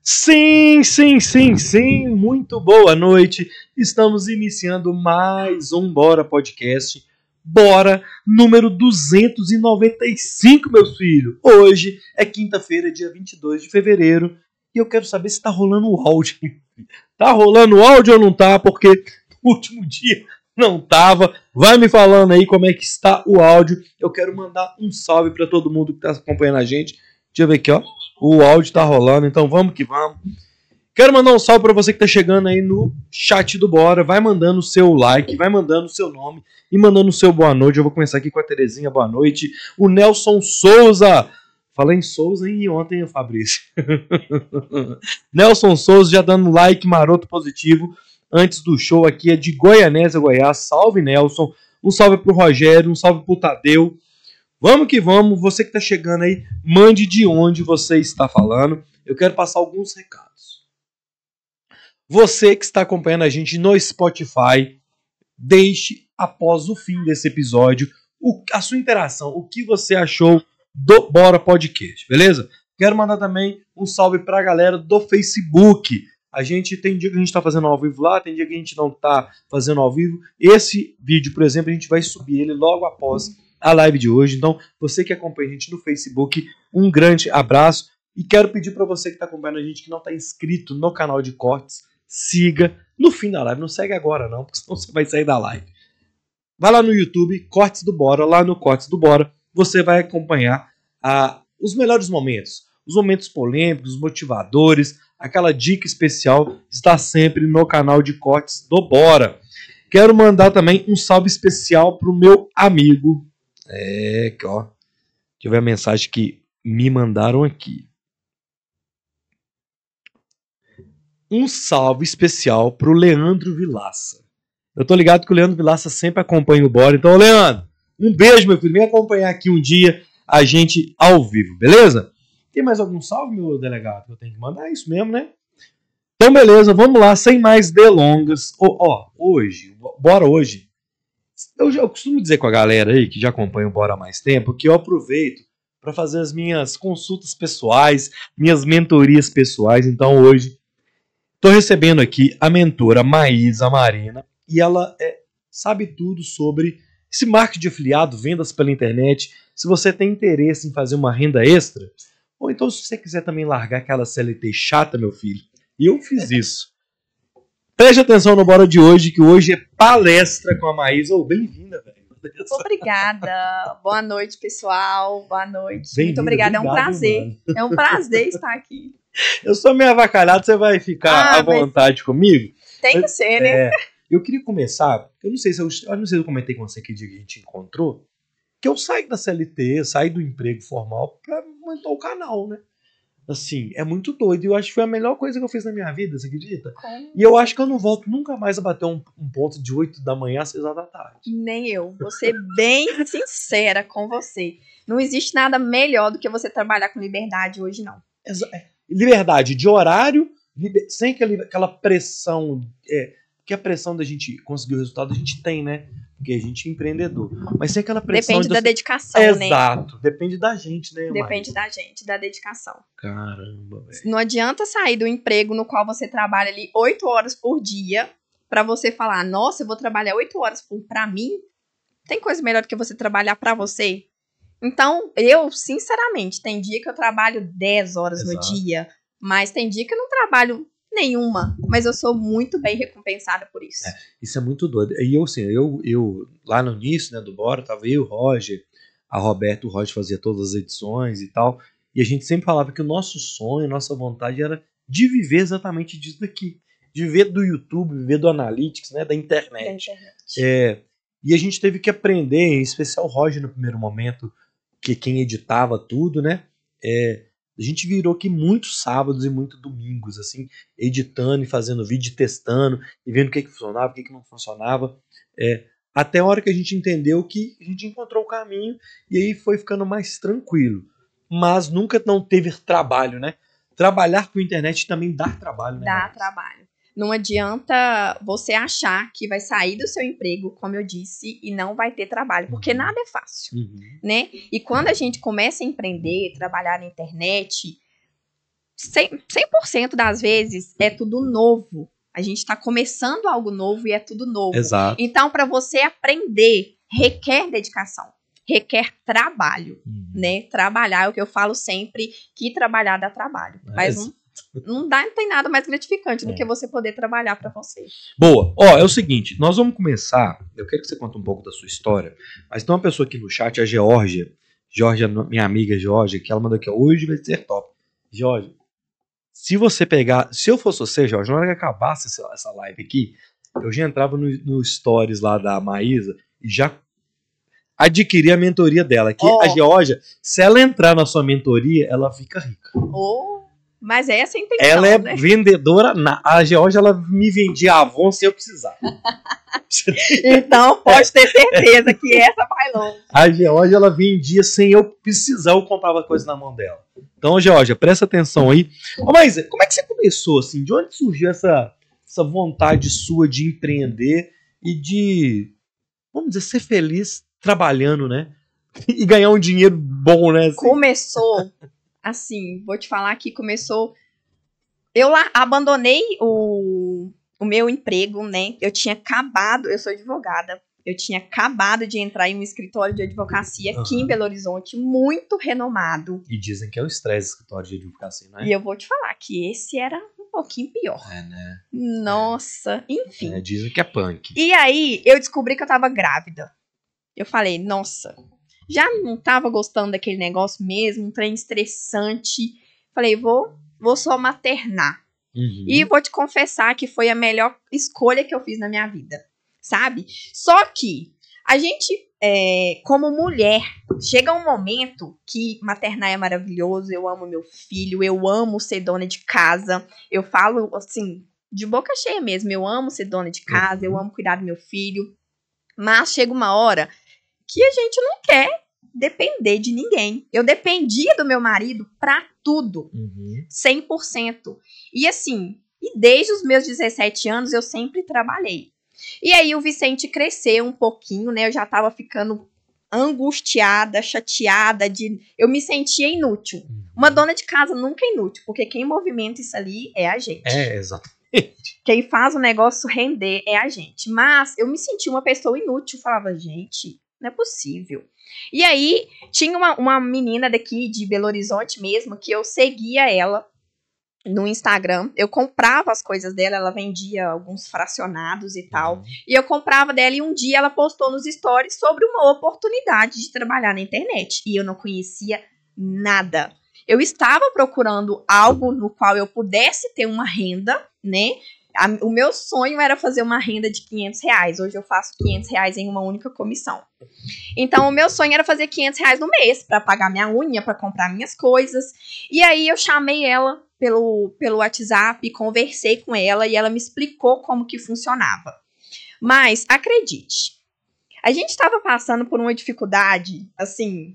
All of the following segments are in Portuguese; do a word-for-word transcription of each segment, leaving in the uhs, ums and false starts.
Sim, sim, sim, sim, muito boa noite. Estamos iniciando mais um Bora Podcast. Bora número duzentos e noventa e cinco, meus filhos. Hoje é quinta-feira, dia vinte e dois de fevereiro, e eu quero saber se tá rolando o áudio. Tá rolando o áudio ou não tá? Porque no último dia não tava. Vai me falando aí como é que está o áudio. Eu quero mandar um salve para todo mundo que tá acompanhando a gente. Deixa eu ver aqui, ó. O áudio tá rolando, então vamos que vamos. Quero mandar um salve para você que tá chegando aí no chat do Bora. Vai mandando o seu like, vai mandando o seu nome e mandando o seu boa noite. Eu vou começar aqui com a Terezinha, boa noite. O Nelson Souza. Falei em Souza e ontem, Fabrício. Nelson Souza já dando like maroto positivo. Antes do show aqui é de Goianésia, Goiás. Salve, Nelson. Um salve pro Rogério, um salve pro Tadeu. Vamos que vamos, você que está chegando aí, mande de onde você está falando. Eu quero passar alguns recados. Você que está acompanhando a gente no Spotify, deixe após o fim desse episódio o, a sua interação, o que você achou do Bora Podcast, beleza? Quero mandar também um salve para a galera do Facebook. A gente tem dia que a gente está fazendo ao vivo lá, tem dia que a gente não está fazendo ao vivo. Esse vídeo, por exemplo, a gente vai subir ele logo após a live de hoje. Então, você que acompanha a gente no Facebook, um grande abraço. E quero pedir para você que está acompanhando a gente, que não está inscrito no canal de cortes, siga no fim da live. Não segue agora não, porque senão você vai sair da live. Vai lá no YouTube, Cortes do Bora, lá no Cortes do Bora, você vai acompanhar ah, os melhores momentos, os momentos polêmicos, os motivadores, aquela dica especial está sempre no canal de Cortes do Bora. Quero mandar também um salve especial para o meu amigo. É, que ó, deixa eu ver a mensagem que me mandaram aqui. Um salve especial pro Leandro Vilaça. Eu tô ligado que o Leandro Vilaça sempre acompanha o Bora. Então, Leandro, um beijo, meu filho. Vem acompanhar aqui um dia a gente ao vivo, beleza? Tem mais algum salve, meu delegado, que eu tenho que mandar? É isso mesmo, né? Então, beleza, vamos lá, sem mais delongas. Ó, ó hoje, bora hoje. Eu, já, eu costumo dizer com a galera aí que já acompanha o Bora há mais tempo que eu aproveito para fazer as minhas consultas pessoais, minhas mentorias pessoais. Então hoje estou recebendo aqui a mentora Maísa Marina e ela é, sabe tudo sobre esse marketing de afiliado, vendas pela internet. Se você tem interesse em fazer uma renda extra, ou então se você quiser também largar aquela C L T chata, meu filho, e eu fiz isso. Preste atenção no Bora de hoje, que hoje é palestra com a Maísa. Oh, bem-vinda, velho. Obrigada. Boa noite, pessoal. Boa noite. Muito obrigada. É um prazer. Mano. É um prazer estar aqui. Eu sou meio avacalhado, você vai ficar ah, à vontade comigo? Tem que ser, né? É, eu queria começar, eu não sei se eu, eu não sei se eu comentei com você que dia que a gente encontrou, que eu saí da C L T, saí do emprego formal para montar o canal, né? Assim, é muito doido. Eu acho que foi a melhor coisa que eu fiz na minha vida, você acredita? Como? E eu acho que eu não volto nunca mais a bater um, um ponto de oito da manhã às seis horas da tarde. Nem eu. Vou ser bem sincera com você. Não existe nada melhor do que você trabalhar com liberdade hoje, não. Liberdade de horário, liber... sem aquela, aquela pressão. É, porque a pressão da gente conseguir o resultado a gente tem, né? Porque a gente é empreendedor. Mas sem aquela pressão... Depende de... da dedicação, Exato. né? Exato. Depende da gente, né, Depende da gente, da dedicação. Caramba, velho. Não adianta sair do emprego no qual você trabalha ali oito horas por dia pra você falar, nossa, eu vou trabalhar oito horas por... pra mim. Tem coisa melhor do que você trabalhar pra você? Então, eu, sinceramente, tem dia que eu trabalho dez horas Exato. no dia, mas tem dia que eu não trabalho nenhuma, mas eu sou muito bem recompensada por isso. É, isso é muito doido. E eu, assim, eu, eu lá no início, né, do Bora, tava eu, o Roger, a Roberto, o Roger fazia todas as edições e tal, e a gente sempre falava que o nosso sonho, a nossa vontade era de viver exatamente disso daqui, de viver do YouTube, viver do Analytics, né, da internet. Da internet. É, e a gente teve que aprender, em especial o Roger no primeiro momento, que quem editava tudo, né, é, a gente virou aqui muitos sábados e muitos domingos, assim, editando e fazendo vídeo, testando e vendo o que, que funcionava, o que, que não funcionava. É, até a hora que a gente entendeu que a gente encontrou o caminho e aí foi ficando mais tranquilo. Mas nunca não teve trabalho, né? Trabalhar com internet também dá trabalho, né? Dá mais? trabalho. Não adianta você achar que vai sair do seu emprego, como eu disse, e não vai ter trabalho, porque uhum. nada é fácil, uhum. né? E quando a gente começa a empreender, trabalhar na internet, cem por cento das vezes é tudo novo. A gente está começando algo novo e é tudo novo. Exato. Então, para você aprender, requer dedicação, requer trabalho, Uhum. né? Trabalhar é o que eu falo sempre, que trabalhar dá trabalho. Mas não, não, dá, não tem nada mais gratificante do é. que você poder trabalhar para você. Boa. Ó, é o seguinte, nós vamos começar, eu quero que você conte um pouco da sua história, mas tem uma pessoa aqui no chat, a Georgia, Georgia, minha amiga Georgia, que ela mandou aqui, ó, hoje vai ser top. Georgia, se você pegar, se eu fosse você, Jorge, na hora que acabasse essa, essa live aqui, eu já entrava no, no stories lá da Maísa e já adquiria a mentoria dela. Que oh. a Georgia, se ela entrar na sua mentoria, ela fica rica. Oh, mas é essa a intenção, ela é né? vendedora. Na, a Georgia, ela me vendia Avon se eu precisar. Então, pode ter certeza que essa vai longe. A Georgia, ela vendia sem eu precisar, eu comprava coisa na mão dela. Então, Georgia, presta atenção aí. Oh, mas como é que você começou, assim? De onde surgiu essa, essa vontade sua de empreender e de, vamos dizer, ser feliz trabalhando, né? E ganhar um dinheiro bom, né? Assim. Começou, assim, vou te falar que começou... Eu lá abandonei o, o meu emprego, né? Eu tinha acabado, eu sou advogada, eu tinha acabado de entrar em um escritório de advocacia uhum. aqui em Belo Horizonte, muito renomado. E dizem que é o estresse escritório de advocacia, não é? E eu vou te falar que esse era um pouquinho pior. É, né? Nossa, é. enfim. É, dizem que é punk. E aí, eu descobri que eu tava grávida. Eu falei, nossa, já não tava gostando daquele negócio mesmo, um trem estressante. Falei, vou, vou só maternar. Uhum. E vou te confessar que foi a melhor escolha que eu fiz na minha vida. Sabe? Só que a gente, é, como mulher, chega um momento que maternar é maravilhoso, eu amo meu filho, eu amo ser dona de casa, eu falo assim, de boca cheia mesmo, eu amo ser dona de casa, uhum. eu amo cuidar do meu filho, mas chega uma hora que a gente não quer depender de ninguém. Eu dependia do meu marido pra tudo, uhum. cem por cento. E assim, e desde os meus dezessete anos eu sempre trabalhei. E aí o Vicente cresceu um pouquinho, né? Eu já tava ficando angustiada, chateada, de... eu me sentia inútil. Uhum. Uma dona de casa nunca é inútil, porque quem movimenta isso ali é a gente. É, exatamente. Quem faz o negócio render é a gente. Mas eu me sentia uma pessoa inútil. Falava, gente, não é possível. E aí tinha uma, uma menina daqui de Belo Horizonte mesmo, que eu seguia ela no Instagram, eu comprava as coisas dela, ela vendia alguns fracionados e tal, uhum. e eu comprava dela e um dia ela postou nos stories sobre uma oportunidade de trabalhar na internet, e eu não conhecia nada. Eu estava procurando algo no qual eu pudesse ter uma renda, né? A, o meu sonho era fazer uma renda de quinhentos reais, hoje eu faço quinhentos reais em uma única comissão. Então o meu sonho era fazer quinhentos reais no mês, para pagar minha unha, para comprar minhas coisas, e aí eu chamei ela Pelo, pelo WhatsApp, conversei com ela e ela me explicou como que funcionava. Mas, acredite, a gente estava passando por uma dificuldade, assim,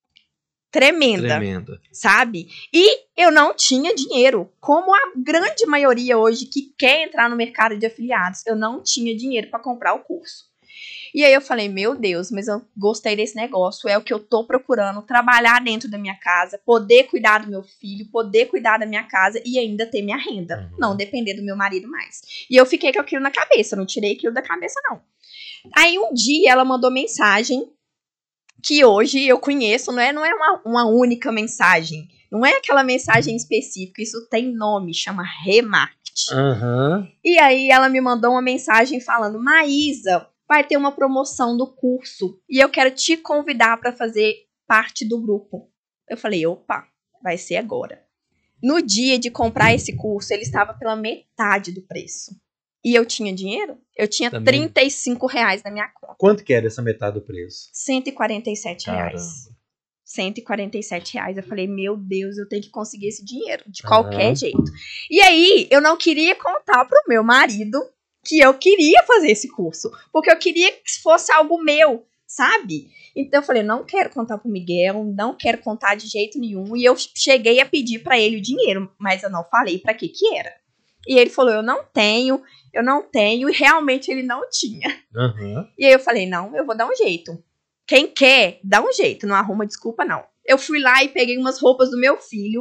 tremenda, tremenda, sabe? E eu não tinha dinheiro, como a grande maioria hoje que quer entrar no mercado de afiliados, eu não tinha dinheiro para comprar o curso. E aí eu falei, meu Deus, mas eu gostei desse negócio, é o que eu tô procurando, trabalhar dentro da minha casa, poder cuidar do meu filho, poder cuidar da minha casa e ainda ter minha renda, uhum. não depender do meu marido mais. E eu fiquei com aquilo na cabeça, não tirei aquilo da cabeça não. Aí um dia ela mandou mensagem, que hoje eu conheço, não é, não é uma, uma única mensagem, não é aquela mensagem específica, isso tem nome, chama remarketing. Uhum. E aí ela me mandou uma mensagem falando, Maísa, vai ter uma promoção do curso e eu quero te convidar para fazer parte do grupo. Eu falei, opa, vai ser agora. No dia de comprar esse curso, ele estava pela metade do preço. E eu tinha dinheiro? Eu tinha Também. trinta e cinco reais na minha conta. Quanto que era essa metade do preço? cento e quarenta e sete reais. Caramba. cento e quarenta e sete reais. Eu falei, meu Deus, eu tenho que conseguir esse dinheiro, de qualquer uhum. jeito. E aí, eu não queria contar pro meu marido que eu queria fazer esse curso, porque eu queria que fosse algo meu, sabe? Então eu falei, não quero contar pro Miguel, não quero contar de jeito nenhum, e eu cheguei a pedir pra ele o dinheiro, mas eu não falei pra que que era. E ele falou, eu não tenho, eu não tenho, e realmente ele não tinha. Uhum. E aí eu falei, não, eu vou dar um jeito. Quem quer, dá um jeito, não arruma desculpa não. Eu fui lá e peguei umas roupas do meu filho,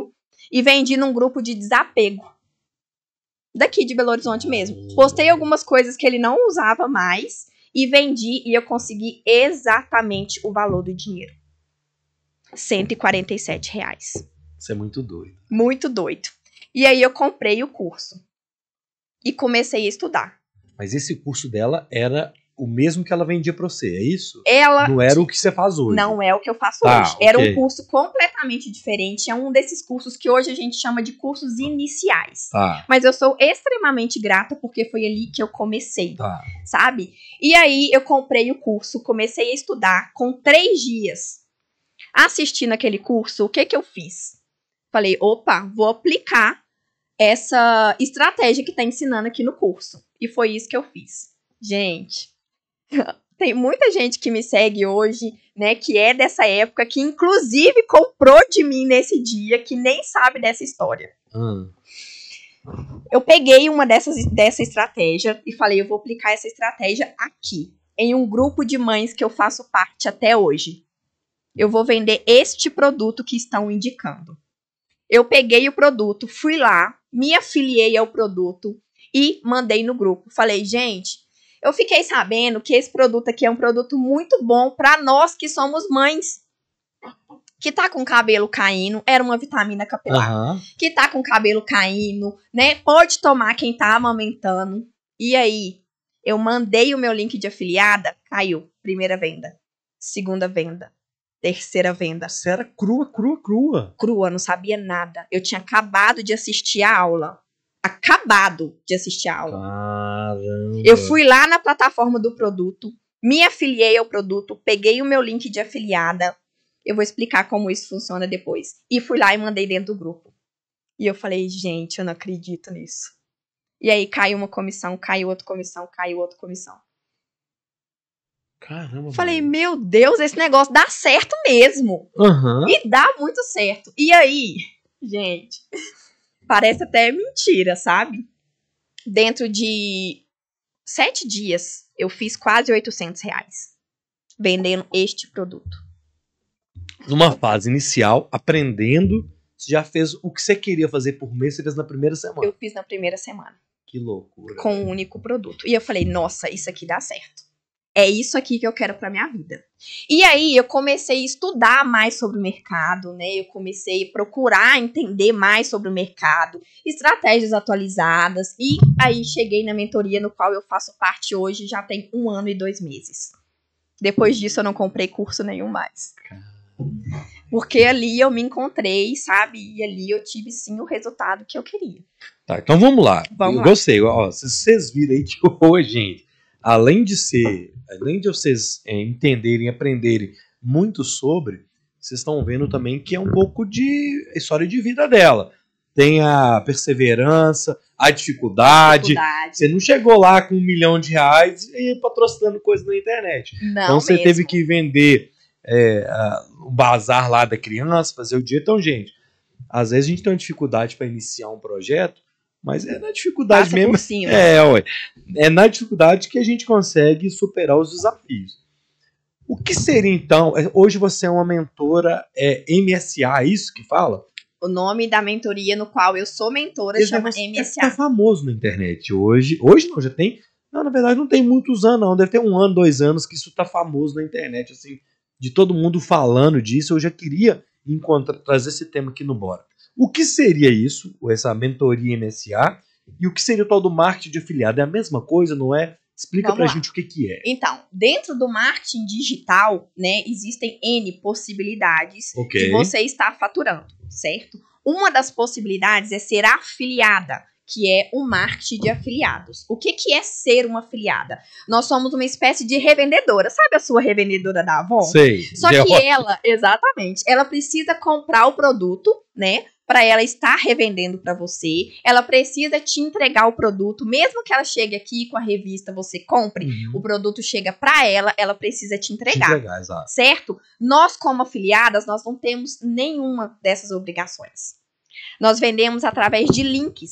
e vendi num grupo de desapego. Daqui de Belo Horizonte mesmo. Postei algumas coisas que ele não usava mais e vendi e eu consegui exatamente o valor do dinheiro. cento e quarenta e sete reais. Isso é muito doido. Muito doido. E aí eu comprei o curso. E comecei a estudar. Mas esse curso dela era o mesmo que ela vendia pra você, é isso? Ela... Não era o que você faz hoje. Não é o que eu faço Tá, hoje. Era ok. um curso completamente diferente. É um desses cursos que hoje a gente chama de cursos iniciais. Tá, Mas eu sou extremamente grata porque foi ali que eu comecei, tá. sabe? E aí eu comprei o curso, comecei a estudar com três dias. Assistindo aquele curso, o que que eu fiz? Falei, opa, vou aplicar essa estratégia que tá ensinando aqui no curso. E foi isso que eu fiz. Gente, tem muita gente que me segue hoje, né, que é dessa época, que inclusive comprou de mim nesse dia, que nem sabe dessa história. Hum. Eu peguei uma dessas dessa estratégia e falei, eu vou aplicar essa estratégia aqui, em um grupo de mães que eu faço parte até hoje. Eu vou vender este produto que estão indicando. Eu peguei o produto, fui lá, me afiliei ao produto e mandei no grupo. Falei, gente, eu fiquei sabendo que esse produto aqui é um produto muito bom para nós que somos mães. Que tá com cabelo caindo, era uma vitamina capilar. Aham. Que tá com cabelo caindo, né? Pode tomar quem tá amamentando. E aí, eu mandei o meu link de afiliada, caiu. Primeira venda, segunda venda, terceira venda. Você era crua, crua, crua. Crua, não sabia nada. Eu tinha acabado de assistir a aula. Acabado de assistir a aula. Caramba. Eu fui lá na plataforma do produto, me afiliei ao produto, peguei o meu link de afiliada. Eu vou explicar como isso funciona depois. E fui lá e mandei dentro do grupo. E eu falei, gente, eu não acredito nisso. E aí caiu uma comissão, caiu outra comissão, caiu outra comissão. Caramba. Falei, mano. meu Deus, esse negócio dá certo mesmo. Aham. E dá muito certo. E aí, gente, parece até mentira, sabe? Dentro de sete dias, eu fiz quase oitocentos reais vendendo este produto. Numa fase inicial, aprendendo, você já fez o que você queria fazer por mês, você fez na primeira semana. Eu fiz na primeira semana, Que loucura. com um único produto. E eu falei, nossa, isso aqui dá certo. É isso aqui que eu quero pra minha vida. E aí, eu comecei a estudar mais sobre o mercado, né? Eu comecei a procurar entender mais sobre o mercado, estratégias atualizadas. E aí, cheguei na mentoria no qual eu faço parte hoje, já tem um ano e dois meses. Depois disso, eu não comprei curso nenhum mais. Porque ali eu me encontrei, sabe? E ali eu tive, sim, o resultado que eu queria. Tá, então vamos lá. Vamos eu lá. gostei. Ó, se vocês viram aí que hoje, gente, além de ser, além de vocês é, entenderem, aprenderem muito sobre, vocês estão vendo também que é um pouco de história de vida dela. Tem a perseverança, a dificuldade. Dificuldade. Você não chegou lá com um milhão de reais e patrocinando coisa na internet. Não, Então você mesmo. teve que vender é, a, o bazar lá da criança, fazer o dia. Então, gente, às vezes a gente tem uma dificuldade para iniciar um projeto, mas é na dificuldade Passa mesmo. por cima. É, ué. É na dificuldade que a gente consegue superar os desafios. O que seria, então... Hoje você é uma mentora é, M S A, é isso que fala? O nome da mentoria no qual eu sou mentora Esse chama negócio M S Tá A. famoso na internet hoje. Hoje não, já tem... Não, na verdade não tem muitos anos, não. Deve ter um ano, dois anos que isso tá famoso na internet, assim, de todo mundo falando disso. Eu já queria encontrar, trazer esse tema aqui no Bora. O que seria isso, essa mentoria M S A, e o que seria o tal do marketing de afiliado? É a mesma coisa, não é? Explica Vamos pra lá. gente o que que é. Então, dentro do marketing digital, né, existem N possibilidades Ok. de você estar faturando, certo? Uma das possibilidades é ser afiliada, que é o marketing de afiliados. O que que é ser uma afiliada? Nós somos uma espécie de revendedora. Sabe a sua revendedora da Avon? Sei. Só Já é que ótimo. ela, exatamente, ela precisa comprar o produto, né? Para ela estar revendendo para você. Ela precisa te entregar o produto. Mesmo que ela chegue aqui com a revista, você compre, Uhum. o produto chega para ela, ela precisa te Te entregar. entregar, exato. Certo? Nós, como afiliadas, nós não temos nenhuma dessas obrigações. Nós vendemos através de links.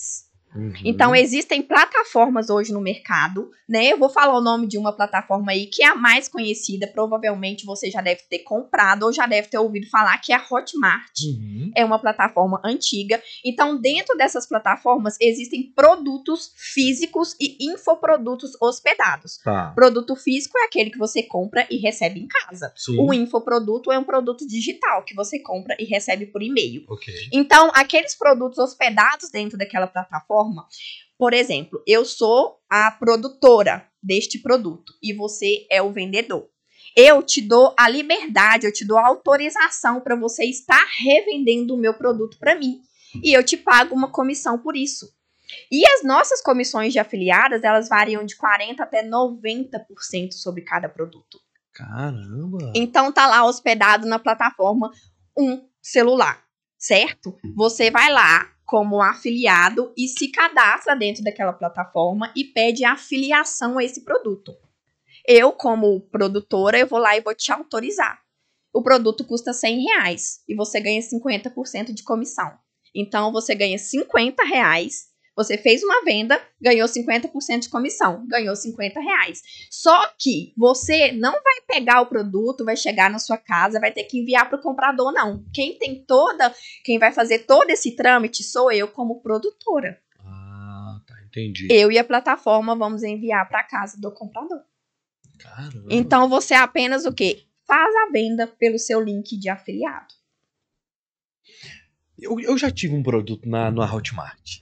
Uhum. Então, existem plataformas hoje no mercado, né? Eu vou falar o nome de uma plataforma aí que é a mais conhecida, provavelmente você já deve ter comprado ou já deve ter ouvido falar, que é a Hotmart. Uhum. É uma plataforma antiga. Então, dentro dessas plataformas, existem produtos físicos e infoprodutos hospedados. Tá. Produto físico é aquele que você compra e recebe em casa. Sim. O infoproduto é um produto digital que você compra e recebe por e-mail. Ok. Então, aqueles produtos hospedados dentro daquela plataforma, por exemplo, eu sou a produtora deste produto e você é o vendedor. Eu te dou a liberdade, eu te dou a autorização para você estar revendendo o meu produto para mim. E eu te pago uma comissão por isso. E as nossas comissões de afiliadas, elas variam de quarenta por cento até noventa por cento sobre cada produto. Caramba! Então, tá lá hospedado na plataforma um celular, certo? Você vai lá como afiliado e se cadastra dentro daquela plataforma e pede afiliação a esse produto. Eu, como produtora, eu vou lá e vou te autorizar. O produto custa cem reais e você ganha cinquenta por cento de comissão. Então, você ganha cinquenta reais, você fez uma venda, ganhou cinquenta por cento de comissão, ganhou cinquenta reais. Só que você não vai pegar o produto, vai chegar na sua casa, vai ter que enviar para o comprador, não. Quem tem toda, quem vai fazer todo esse trâmite sou eu como produtora. Ah, tá, entendi. Eu e a plataforma vamos enviar para casa do comprador. Caramba. Então, você apenas o quê? Faz a venda pelo seu link de afiliado. Eu, eu já tive um produto na, na Hotmart.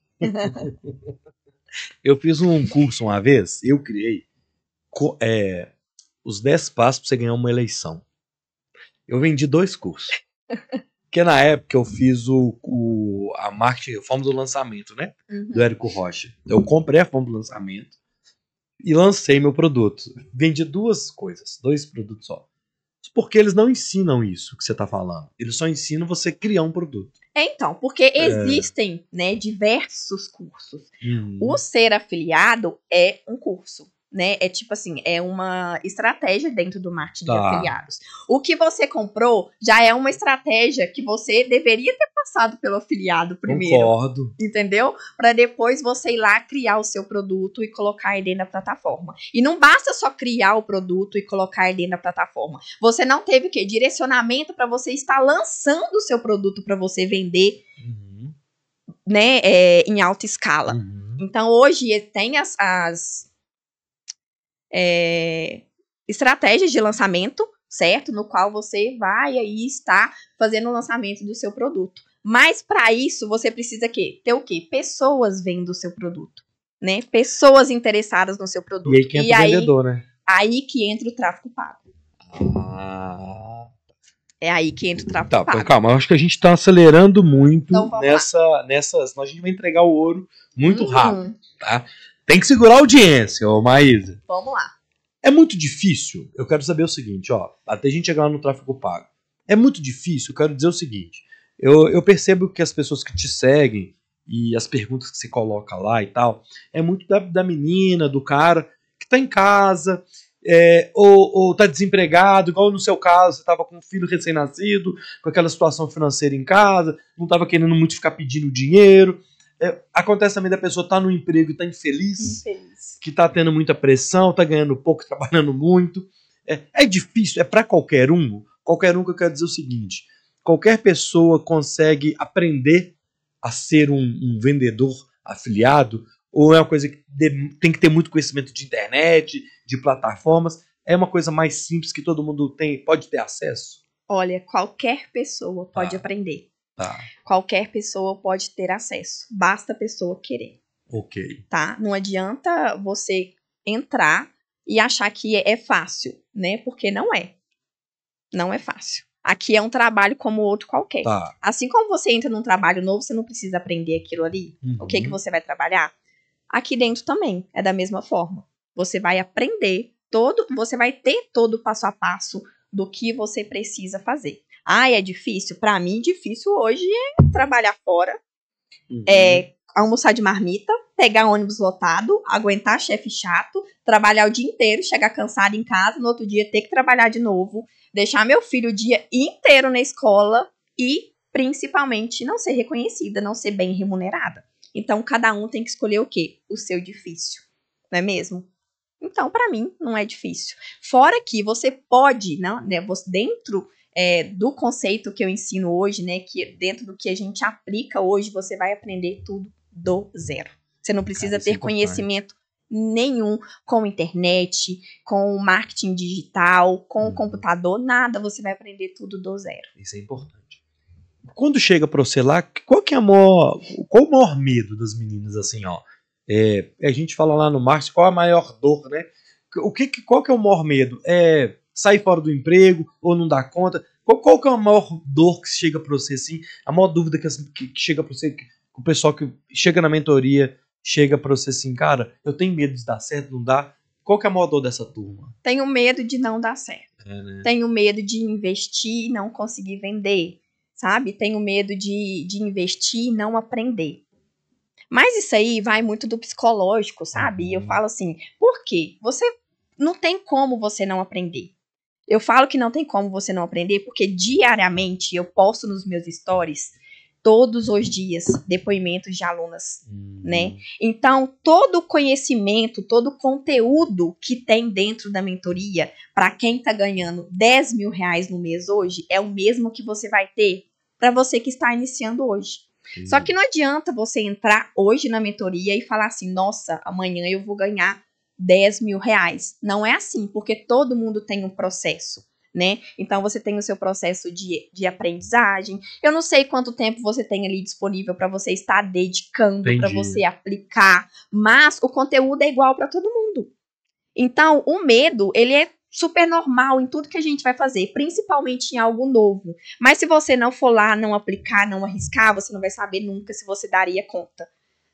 Eu fiz um curso uma vez, eu criei co- é, os dez passos para você ganhar uma eleição. Eu vendi dois cursos. Porque na época eu fiz o, o, a marketing, a forma do lançamento, né? Uhum. Do Érico Rocha. Eu comprei a forma do lançamento e lancei meu produto. Vendi duas coisas, dois produtos só. Porque eles não ensinam isso que você está falando. Eles só ensinam você criar um produto. É, então, porque existem, né, diversos cursos. Uhum. O ser afiliado é um curso, né? É tipo assim, é uma estratégia dentro do marketing Tá. de afiliados. O que você comprou já é uma estratégia que você deveria ter passado pelo afiliado primeiro. Concordo. Entendeu? Para depois você ir lá criar o seu produto e colocar ele dentro da plataforma. E não basta só criar o produto e colocar ele dentro da plataforma. Você não teve o quê? Direcionamento para você estar lançando o seu produto para você vender, Uhum. né, é, em alta escala. Uhum. Então, hoje tem as, as é, estratégias de lançamento, certo? No qual você vai aí estar fazendo o lançamento do seu produto. Mas para isso, você precisa quê? ter o quê? Pessoas vendo o seu produto, né? Pessoas interessadas no seu produto. E aí que entra e o aí, vendedor, né? aí que entra o tráfego pago. Ah. É aí que entra o tráfego Tá, pago. então, calma, eu acho que a gente tá acelerando muito Então, vamos nessa, nessa. Senão a gente vai entregar o ouro muito Hum, rápido, tá? Tem que segurar a audiência, ô Maísa. Vamos lá. É muito difícil. Eu quero saber o seguinte, ó. Até a gente chegar lá no tráfego pago. É muito difícil, eu quero dizer o seguinte. Eu, eu percebo que as pessoas que te seguem e as perguntas que você coloca lá e tal, é muito da, da menina, do cara que tá em casa, é, ou, ou tá desempregado, igual no seu caso, você tava com um filho recém-nascido, com aquela situação financeira em casa, não tava querendo muito ficar pedindo dinheiro. É, acontece também da pessoa estar tá no emprego e tá infeliz, Infeliz. que tá tendo muita pressão, tá ganhando pouco, trabalhando muito. É, é difícil, é para qualquer um. Qualquer um que eu quero dizer o seguinte: qualquer pessoa consegue aprender a ser um, um vendedor afiliado, ou é uma coisa que de, tem que ter muito conhecimento de internet, de plataformas? É uma coisa mais simples que todo mundo tem, pode ter acesso? Olha, qualquer pessoa pode Ah. aprender. Tá, Qualquer pessoa pode ter acesso. Basta a pessoa querer, ok. tá? Não adianta você entrar e achar que é fácil, né? Porque não é. Não é fácil. Aqui é um trabalho como outro qualquer. Tá. Assim como você entra num trabalho novo, você não precisa aprender aquilo ali. Uhum. O que, que você vai trabalhar? Aqui dentro também é da mesma forma. Você vai aprender todo, você vai ter todo o passo a passo do que você precisa fazer. Ah, é difícil? Pra mim, difícil hoje é trabalhar fora, Uhum. é almoçar de marmita, pegar ônibus lotado, aguentar chefe chato, trabalhar o dia inteiro, chegar cansado em casa, no outro dia ter que trabalhar de novo, deixar meu filho o dia inteiro na escola e, principalmente, não ser reconhecida, não ser bem remunerada. Então, cada um tem que escolher o quê? O seu difícil, não é mesmo? Então, para mim, não é difícil. Fora que você pode, não, né, você, dentro é, do conceito que eu ensino hoje, né, que dentro do que a gente aplica hoje, você vai aprender tudo do zero. Você não precisa Cara, ter conhecimento nenhum com internet, com marketing digital, com hum. computador, nada. Você vai aprender tudo do zero. Isso é importante. Quando chega para você lá, qual que é a maior, qual o maior medo das meninas, assim, ó? É, a gente fala lá no marketing, qual a maior dor, né? O que, qual que é o maior medo? É sair fora do emprego ou não dar conta? Qual, qual que é a maior dor que chega para você, assim? A maior dúvida que, que, que chega para você, que o pessoal que chega na mentoria chega para você assim, cara, eu tenho medo de dar certo, não dá. Qual que é a maior dor dessa turma? Tenho medo de não dar certo. É, né? Tenho medo de investir e não conseguir vender, sabe? Tenho medo de, de investir e não aprender. Mas isso aí vai muito do psicológico, sabe? E eu falo assim, por quê? Você não tem como você não aprender. Eu falo que não tem como você não aprender porque diariamente eu posto nos meus stories, todos os dias, depoimentos de alunas, hum. né? Então, todo o conhecimento, todo o conteúdo que tem dentro da mentoria, para quem tá ganhando dez mil reais no mês hoje, é o mesmo que você vai ter para você que está iniciando hoje. Sim. Só que não adianta você entrar hoje na mentoria e falar assim, nossa, amanhã eu vou ganhar dez mil reais. Não é assim, porque todo mundo tem um processo, né? Então, você tem o seu processo de, de aprendizagem. Eu não sei quanto tempo você tem ali disponível para você estar dedicando, para você aplicar, mas o conteúdo é igual para todo mundo. Então, o medo, ele é super normal em tudo que a gente vai fazer, principalmente em algo novo. Mas se você não for lá, não aplicar, não arriscar, você não vai saber nunca se você daria conta,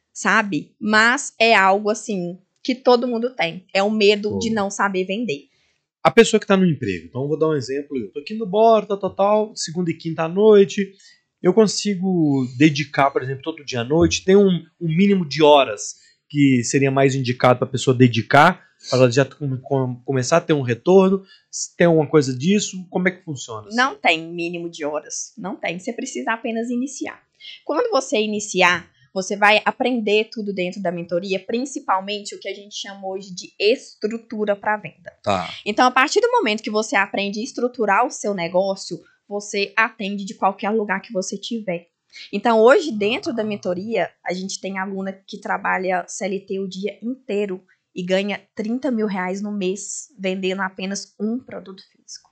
sabe? Mas é algo assim que todo mundo tem. É o medo oh. de não saber vender. A pessoa que está no emprego, então eu vou dar um exemplo, eu tô aqui no Bora, tal, tal, tal, segunda e quinta à noite, eu consigo dedicar, por exemplo, todo dia à noite, tem um, um mínimo de horas que seria mais indicado para a pessoa dedicar, para ela já começar a ter um retorno, tem alguma coisa disso, como é que funciona? Assim? Não tem mínimo de horas, não tem, você precisa apenas iniciar. Quando você iniciar, você vai aprender tudo dentro da mentoria, principalmente o que a gente chama hoje de estrutura para venda. Tá. Então, a partir do momento que você aprende a estruturar o seu negócio, você atende de qualquer lugar que você tiver. Então, hoje, dentro da mentoria, a gente tem aluna que trabalha C L T o dia inteiro e ganha trinta mil reais no mês, vendendo apenas um produto físico.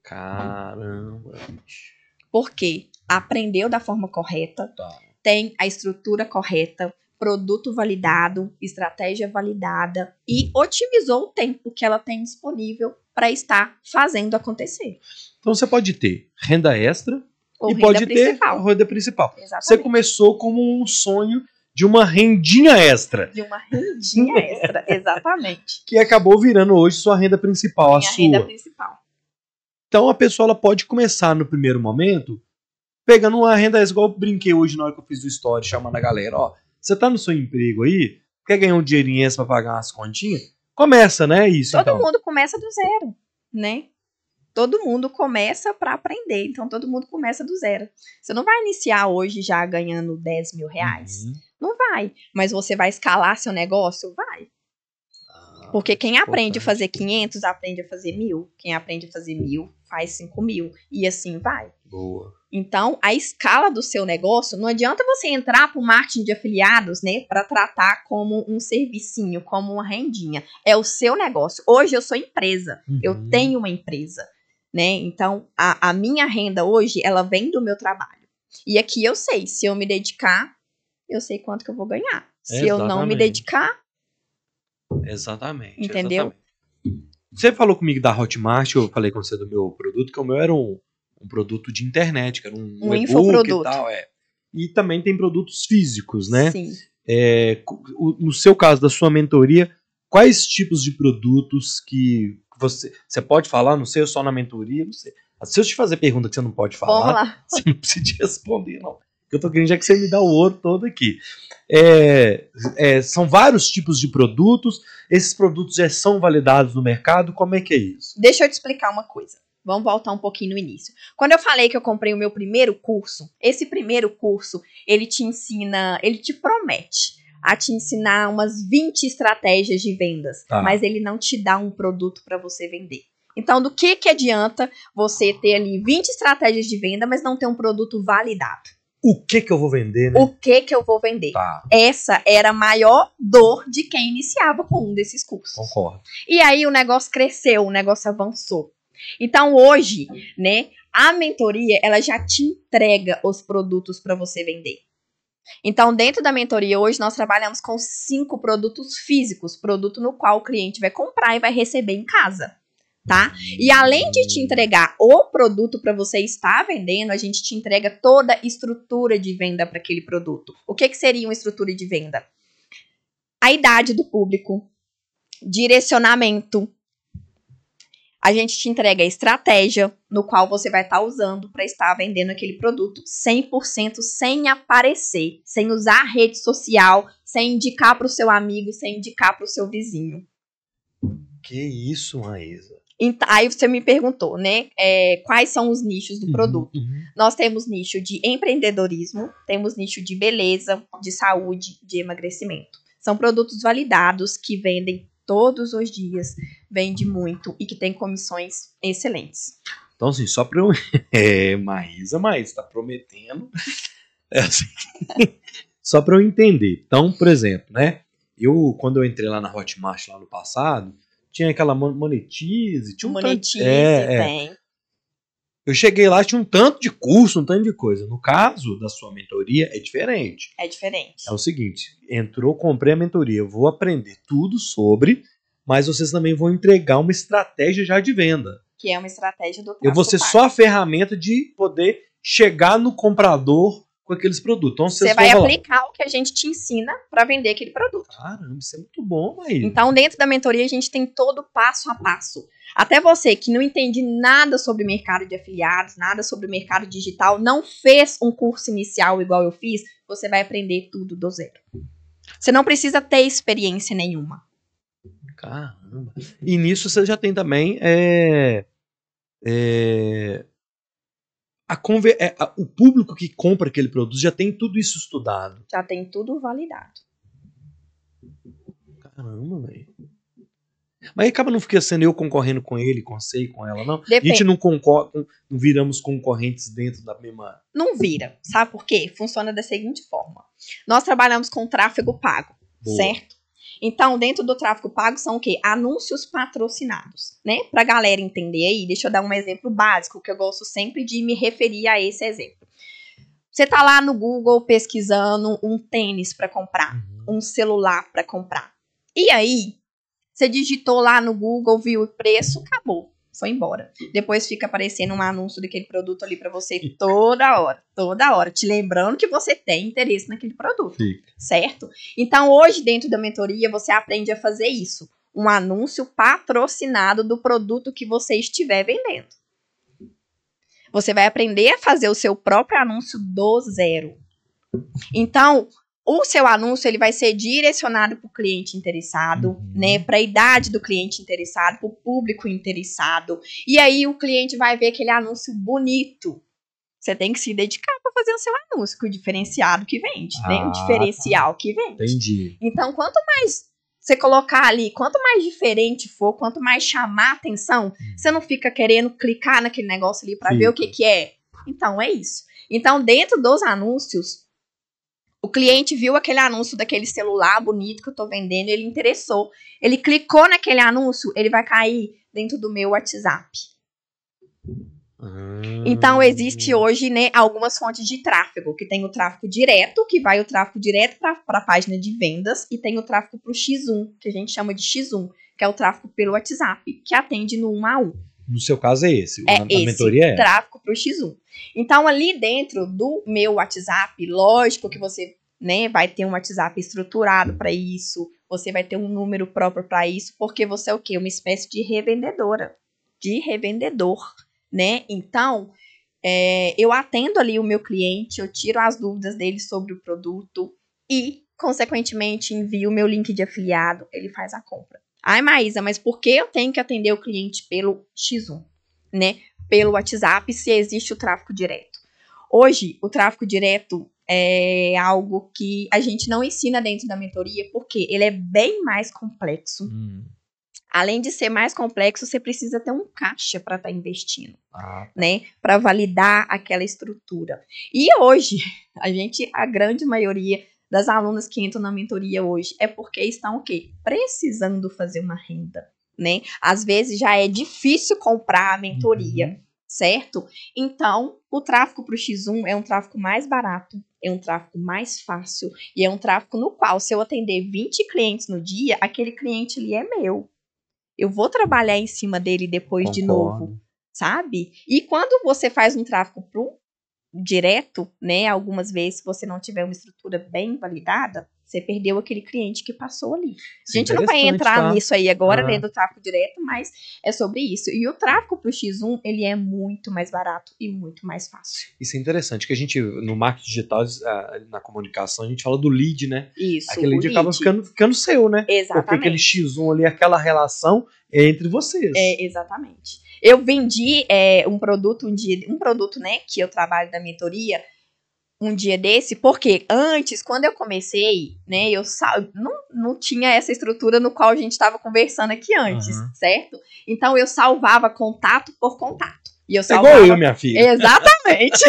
Caramba! Por quê? Aprendeu da forma correta, tá. Tem a estrutura correta, produto validado, estratégia validada e otimizou o tempo que ela tem disponível para estar fazendo acontecer. Então, você pode ter renda extra Ou e renda pode principal. ter a renda principal. Exatamente. Você começou como um sonho de uma rendinha extra. De uma rendinha extra, exatamente. Que acabou virando hoje sua renda principal, Minha a sua. renda principal. Então a pessoa ela pode começar no primeiro momento pegando uma renda extra, igual eu brinquei hoje na hora que eu fiz o story, chamando a galera, ó, você tá no seu emprego aí, quer ganhar um dinheirinho extra pra pagar umas continhas? Começa, né, isso Todo então. mundo começa do zero, né? Todo mundo começa para aprender, então todo mundo começa do zero. Você não vai iniciar hoje já ganhando dez mil reais. Uhum. Não vai. Mas você vai escalar seu negócio? Vai. Ah, porque quem aprende a fazer quinhentos, aprende a fazer mil. Quem aprende a fazer mil, faz cinco mil. E assim vai. Boa. Então, a escala do seu negócio, não adianta você entrar para o marketing de afiliados, né, para tratar como um servicinho, como uma rendinha. É o seu negócio. Hoje eu sou empresa. Uhum. Eu tenho uma empresa. Né? Então, a, a minha renda hoje, ela vem do meu trabalho. E aqui eu sei, se eu me dedicar, eu sei quanto que eu vou ganhar. Se exatamente. Eu não me dedicar... Exatamente. Entendeu? Exatamente. Você falou comigo da Hotmart, eu falei com você do meu produto, que o meu era um, um produto de internet, que era um, um, um e-book e tal. É. E também tem produtos físicos, né? Sim. É, no seu caso, da sua mentoria, quais tipos de produtos que... Você, você pode falar, não sei, só na mentoria, não sei. Se eu te fazer pergunta que você não pode falar, vamos lá. Você não precisa responder, não. Eu tô querendo já que você me dá o ouro todo aqui. É, é, são vários tipos de produtos, esses produtos já são validados no mercado, como é que é isso? Deixa eu te explicar uma coisa. Vamos voltar um pouquinho no início. Quando eu falei que eu comprei o meu primeiro curso, esse primeiro curso, ele te ensina, ele te promete a te ensinar umas vinte estratégias de vendas, Tá. mas ele não te dá um produto para você vender. Então, do que que adianta você ter ali vinte estratégias de venda, mas não ter um produto validado? O que que eu vou vender, né? O que que eu vou vender? Tá, Essa era a maior dor de quem iniciava com um desses cursos. concordo. E aí o negócio cresceu, o negócio avançou. Então hoje, né, a mentoria, ela já te entrega os produtos para você vender. Então dentro da mentoria hoje nós trabalhamos com cinco produtos físicos, produto no qual o cliente vai comprar e vai receber em casa. Tá? E além de te entregar o produto para você estar vendendo, a gente te entrega toda a estrutura de venda para aquele produto. O que que seria uma estrutura de venda? A idade do público, direcionamento. A gente te entrega a estratégia no qual você vai estar usando para estar vendendo aquele produto cem por cento sem aparecer, sem usar a rede social, sem indicar para o seu amigo, sem indicar para o seu vizinho. Que isso, Maísa? Então, aí você me perguntou, né? É, quais são os nichos do produto? Uhum, uhum. Nós temos nicho de empreendedorismo, temos nicho de beleza, de saúde, de emagrecimento. São produtos validados que vendem todos os dias, vende muito e que tem comissões excelentes. Então, assim, só pra eu... É, Maísa, Maísa, tá prometendo. É assim, só pra eu entender. Então, por exemplo, né? Eu, quando eu entrei lá na Hotmart lá no passado, tinha aquela Monetize, tinha um Monetize, tanto... É, é. tem. Eu cheguei lá, tinha um tanto de curso, um tanto de coisa. No caso da sua mentoria, é diferente. É diferente. É o seguinte, entrou, comprei a mentoria, eu vou aprender tudo sobre, mas vocês também vão entregar uma estratégia já de venda. Que é uma estratégia do tráfego Eu vou ser pago. só a ferramenta de poder chegar no comprador com aqueles produtos. Então, vocês Você vai vão falar, aplicar o que a gente te ensina para vender aquele produto. caramba, isso é muito bom, Maísa. Então, dentro da mentoria, a gente tem todo passo a passo. Até você que não entende nada sobre mercado de afiliados, nada sobre mercado digital, não fez um curso inicial igual eu fiz, você vai aprender tudo do zero. Você não precisa ter experiência nenhuma. Caramba. E nisso você já tem também é, é, a conver- é, a- o público que compra aquele produto já tem tudo isso estudado. Já tem tudo validado. Caramba, velho. Mas aí acaba não fica sendo eu concorrendo com ele, com você e com ela, não. Depende. A gente não concorre, não viramos concorrentes dentro da mesma. Não vira. Sabe por quê? Funciona da seguinte forma. Nós trabalhamos com tráfego pago, Boa. certo? Então, dentro do tráfego pago são o quê? Anúncios patrocinados, né? Pra galera entender aí, deixa eu dar um exemplo básico, que eu gosto sempre de me referir a esse exemplo. Você tá lá no Google pesquisando um tênis pra comprar, Uhum. um celular pra comprar. E aí, você digitou lá no Google, viu o preço, acabou. Foi embora. Depois fica aparecendo um anúncio daquele produto ali pra você toda hora. Toda hora. Te lembrando que você tem interesse naquele produto. Fica. Certo? Então, hoje, dentro da mentoria, você aprende a fazer isso. Um anúncio patrocinado do produto que você estiver vendendo. Você vai aprender a fazer o seu próprio anúncio do zero. Então, o seu anúncio ele vai ser direcionado para o cliente interessado, Uhum. né? Para a idade do cliente interessado, para o público interessado. E aí o cliente vai ver aquele anúncio bonito. Você tem que se dedicar para fazer o seu anúncio, com o diferenciado que vende, né? Ah, O diferencial que vende. Entendi. Então, quanto mais você colocar ali, quanto mais diferente for, quanto mais chamar a atenção, você não fica querendo clicar naquele negócio ali para ver Fica. o que que é. Então, é isso. Então, dentro dos anúncios, o cliente viu aquele anúncio daquele celular bonito que eu tô vendendo, ele interessou. Ele clicou naquele anúncio, ele vai cair dentro do meu WhatsApp. Hum. Então, existe hoje, né, algumas fontes de tráfego, que tem o tráfego direto, que vai o tráfego direto para a página de vendas, e tem o tráfego para o X um, que a gente chama de X um, que é o tráfego pelo WhatsApp, que atende no um a um. No seu caso é esse. É a, a esse, mentoria é. tráfego para o X um. Então, ali dentro do meu WhatsApp, lógico que você, né, vai ter um WhatsApp estruturado para isso, você vai ter um número próprio para isso, porque você é o quê? Uma espécie de revendedora, de revendedor, né? Então, é, eu atendo ali o meu cliente, eu tiro as dúvidas dele sobre o produto e, consequentemente, envio o meu link de afiliado, ele faz a compra. Ai, Maísa, mas por que eu tenho que atender o cliente pelo X um, né? pelo WhatsApp se existe o tráfego direto. Hoje, o tráfego direto é algo que a gente não ensina dentro da mentoria, porque ele é bem mais complexo. Hum. Além de ser mais complexo, você precisa ter um caixa para estar tá investindo, ah. né? Para validar aquela estrutura. E hoje, a gente, a grande maioria das alunas que entram na mentoria hoje é porque estão o quê? Precisando fazer uma renda, né? Às vezes já é difícil comprar a mentoria, uhum. certo? Então, o tráfego para o X um é um tráfego mais barato, é um tráfego mais fácil e é um tráfego no qual, se eu atender vinte clientes no dia, aquele cliente ali é meu. Eu vou trabalhar em cima dele depois Concordo. de novo, sabe? E quando você faz um tráfego pro direto, né? Algumas vezes, se você não tiver uma estrutura bem validada, você perdeu aquele cliente que passou ali. A gente não vai entrar tá? nisso aí agora, ah. né, do tráfego direto, mas é sobre isso. E o tráfego pro X um, ele é muito mais barato e muito mais fácil. Isso é interessante, que a gente, no marketing digital, na comunicação, a gente fala do lead, né? Isso, aquele lead lead. acaba ficando, ficando seu, né? Exatamente. Porque aquele X um ali, aquela relação é entre vocês. É, exatamente. Eu vendi é, um produto, um dia, um produto, né, que eu trabalho da mentoria, um dia desse, porque antes, quando eu comecei, né, eu sal... não, não tinha essa estrutura no qual a gente estava conversando aqui antes, uhum. certo? Então, eu salvava contato por contato. E eu salvava... Igual eu, minha filha. Exatamente.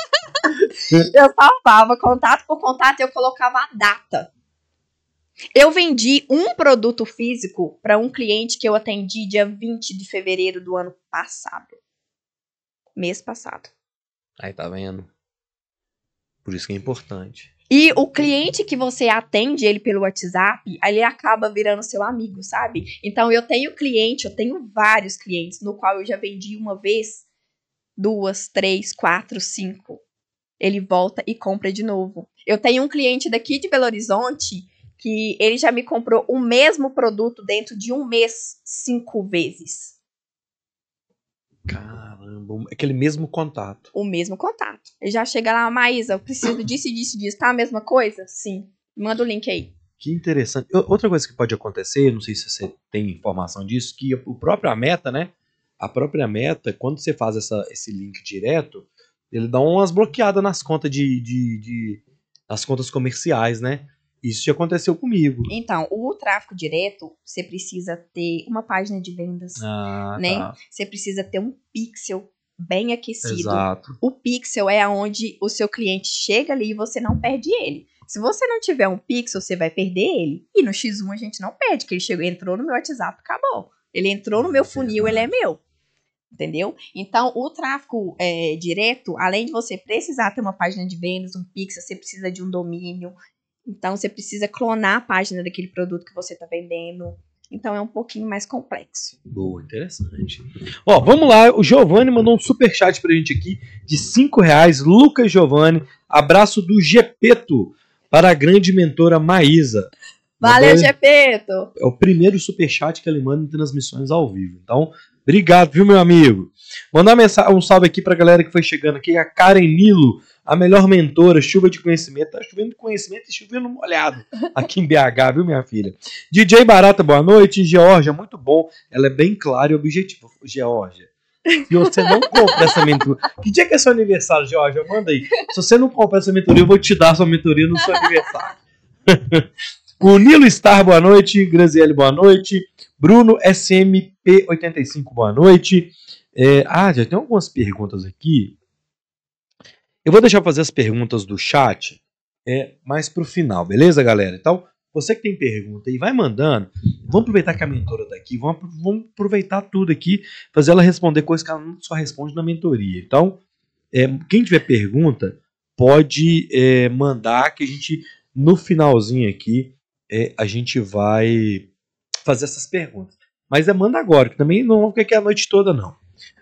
Eu salvava contato por contato e eu colocava a data. Eu vendi um produto físico para um cliente que eu atendi dia vinte de fevereiro do ano passado. Mês passado. Aí, tá vendo? Por isso que é importante. E o cliente que você atende ele pelo WhatsApp, ele acaba virando seu amigo, sabe? Então, eu tenho cliente, eu tenho vários clientes, no qual eu já vendi uma vez, duas, três, quatro, cinco. Ele volta e compra de novo. Eu tenho um cliente daqui de Belo Horizonte que ele já me comprou o mesmo produto dentro de um mês, cinco vezes. Caramba, aquele mesmo contato. O mesmo contato. Ele já chega lá, Maísa, eu preciso disso e disso e disso. Tá a mesma coisa? Sim. Manda o link aí. Que interessante. Outra coisa que pode acontecer, não sei se você tem informação disso, que o próprio Meta, né? A própria Meta, quando você faz essa, esse link direto, ele dá umas bloqueadas nas contas de, de, de nas contas comerciais, né? Isso já aconteceu comigo. Então, o tráfego direto, você precisa ter uma página de vendas, ah, né? Tá. Você precisa ter um pixel bem aquecido. Exato. O pixel é onde o seu cliente chega ali e você não perde ele. Se você não tiver um pixel, você vai perder ele. E no X um a gente não perde, porque ele chegou, entrou no meu WhatsApp, acabou. Ele entrou no meu funil, ele é meu. Entendeu? Então, o tráfego é, direto, além de você precisar ter uma página de vendas, um pixel, você precisa de um domínio. Então, você precisa clonar a página daquele produto que você está vendendo. Então, é um pouquinho mais complexo. Boa, interessante. Ó, vamos lá. O Giovanni mandou um superchat pra gente aqui de cinco reais. Lucas Giovanni, abraço do Gepeto para a grande mentora Maísa. Valeu, mandou... Gepeto! É o primeiro superchat que ele manda em transmissões ao vivo. Então, obrigado, viu, meu amigo? Mandar um salve aqui pra galera que foi chegando aqui. A Karen Nilo, a melhor mentora, chuva de conhecimento. Tá chovendo conhecimento e chovendo molhado aqui em B H, viu, minha filha? D J Barata, boa noite. Georgia, muito bom. Ela é bem clara e objetiva. Georgia, se você não compra essa mentoria... Que dia que é seu aniversário, Georgia? Manda aí. Se você não comprar essa mentoria, eu vou te dar sua mentoria no seu aniversário. O Nilo Star, boa noite. Graziele, boa noite. Bruno S M P oitenta e cinco, boa noite. É... Ah, já tem algumas perguntas aqui. Eu vou deixar fazer as perguntas do chat é, mais pro final, beleza, galera? Então, você que tem pergunta aí, vai mandando. Vamos aproveitar que a mentora tá aqui, vamos, vamos aproveitar tudo aqui, fazer ela responder coisas que ela não só responde na mentoria. Então, é, quem tiver pergunta, pode é, mandar que a gente, no finalzinho aqui, é, a gente vai fazer essas perguntas. Mas é manda agora, que também não vamos ficar aqui a noite toda, não.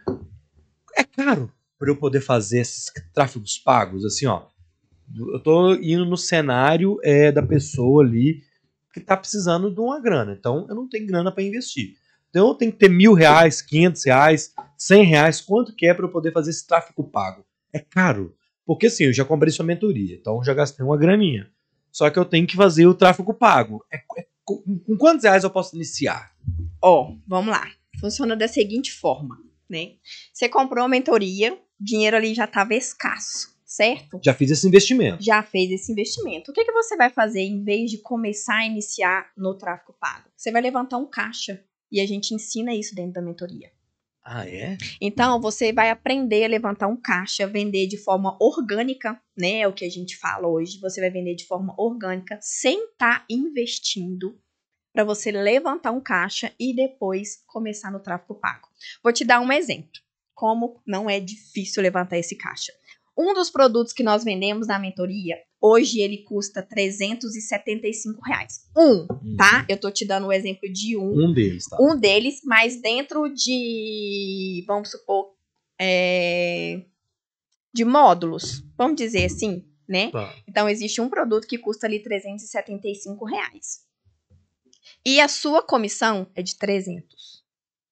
É caro para eu poder fazer esses tráfegos pagos, assim, ó, eu tô indo no cenário é, da pessoa ali que tá precisando de uma grana, então eu não tenho grana para investir, então eu tenho que ter mil reais, quinhentos reais, cem reais, quanto que é para eu poder fazer esse tráfego pago? É caro, porque assim, eu já comprei sua mentoria, então já gastei uma graninha, só que eu tenho que fazer o tráfego pago, é, é, com, com quantos reais eu posso iniciar? Ó, oh, vamos lá, funciona da seguinte forma, né? Você comprou a mentoria, o dinheiro ali já estava escasso, certo? Já fiz esse investimento. Já fez esse investimento. O que, que você vai fazer em vez de começar a iniciar no tráfego pago? Você vai levantar um caixa e a gente ensina isso dentro da mentoria. Ah, é? Então, você vai aprender a levantar um caixa, vender de forma orgânica, né? É o que a gente fala hoje. Você vai vender de forma orgânica, sem estar investindo, para você levantar um caixa e depois começar no tráfego pago. Vou te dar um exemplo. Como não é difícil levantar esse caixa. Um dos produtos que nós vendemos na mentoria, hoje ele custa trezentos e setenta e cinco reais. Um, Uhum. tá? Eu tô te dando o exemplo de um. Um deles, tá? Um deles, mas dentro de, vamos supor, é, de módulos, vamos dizer assim, né? Tá. Então, existe um produto que custa ali trezentos e setenta e cinco reais. E a sua comissão é de trezentos.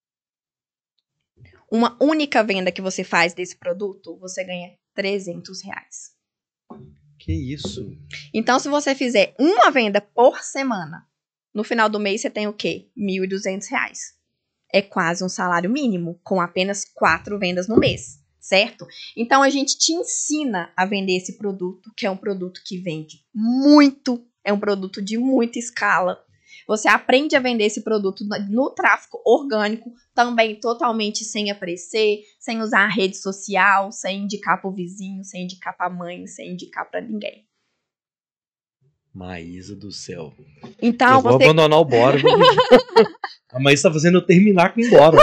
Uma única venda que você faz desse produto, você ganha trezentos reais. Que isso? Então, se você fizer uma venda por semana, no final do mês você tem o quê? mil e duzentos reais. É quase um salário mínimo, com apenas quatro vendas no mês, certo? Então, a gente te ensina a vender esse produto, que é um produto que vende muito, é um produto de muita escala. Você aprende a vender esse produto no tráfego orgânico, também totalmente sem aparecer, sem usar a rede social, sem indicar para o vizinho, sem indicar para a mãe, sem indicar para ninguém. Maísa do céu. Então, eu vou você... abandonar o Bora. A Maísa tá fazendo eu terminar com o Bora.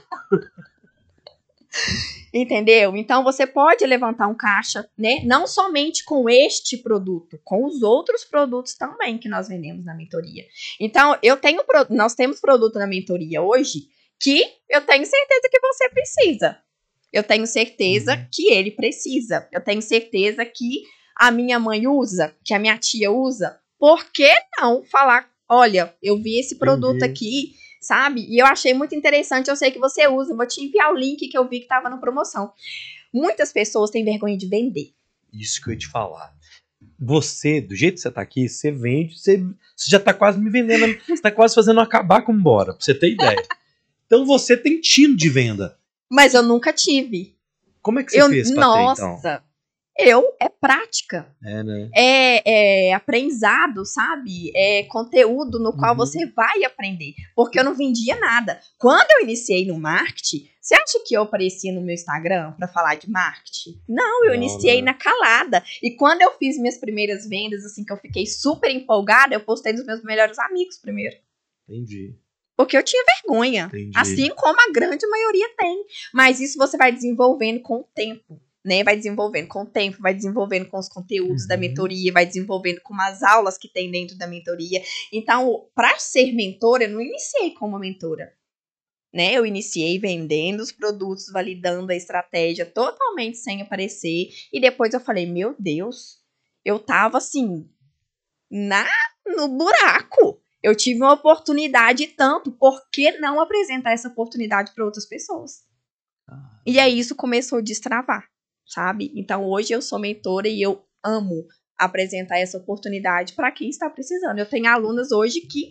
Entendeu? Então, você pode levantar um caixa, né? Não somente com este produto, com os outros produtos também que nós vendemos na mentoria. Então, eu tenho, nós temos produto na mentoria hoje que eu tenho certeza que você precisa. Eu tenho certeza uhum. que ele precisa. Eu tenho certeza que a minha mãe usa, que a minha tia usa. Por que não falar, olha, eu vi esse produto Entendi. aqui, sabe? E eu achei muito interessante, eu sei que você usa, vou te enviar o link que eu vi que estava na promoção. Muitas pessoas têm vergonha de vender. Isso que eu ia te falar. Você, do jeito que você tá aqui, você vende, você, você já tá quase me vendendo, você tá quase fazendo acabar com o Bora, pra você ter ideia. Então você tem tino de venda. Mas eu nunca tive. Como é que você eu, fez pra nossa, ter, então? Eu, é prática. É, né? É, é aprendizado, sabe? É conteúdo no qual uhum. você vai aprender. Porque eu não vendia nada. Quando eu iniciei no marketing, você acha que eu aparecia no meu Instagram pra falar de marketing? Não, eu não, iniciei né? na calada. E quando eu fiz minhas primeiras vendas, assim, que eu fiquei super empolgada, eu postei nos meus melhores amigos primeiro. Entendi. Porque eu tinha vergonha. Entendi. Assim como a grande maioria tem. Mas isso você vai desenvolvendo com o tempo. Né, vai desenvolvendo com o tempo, vai desenvolvendo com os conteúdos uhum. da mentoria, vai desenvolvendo com as aulas que tem dentro da mentoria. Então, para ser mentora, eu não iniciei como mentora. Né? Eu iniciei vendendo os produtos, validando a estratégia totalmente sem aparecer. E depois eu falei, meu Deus, eu tava assim, na, no buraco. Eu tive uma oportunidade tanto, por que não apresentar essa oportunidade para outras pessoas? Ah. E aí isso começou a destravar. Sabe? Então, hoje eu sou mentora e eu amo apresentar essa oportunidade para quem está precisando. Eu tenho alunas hoje que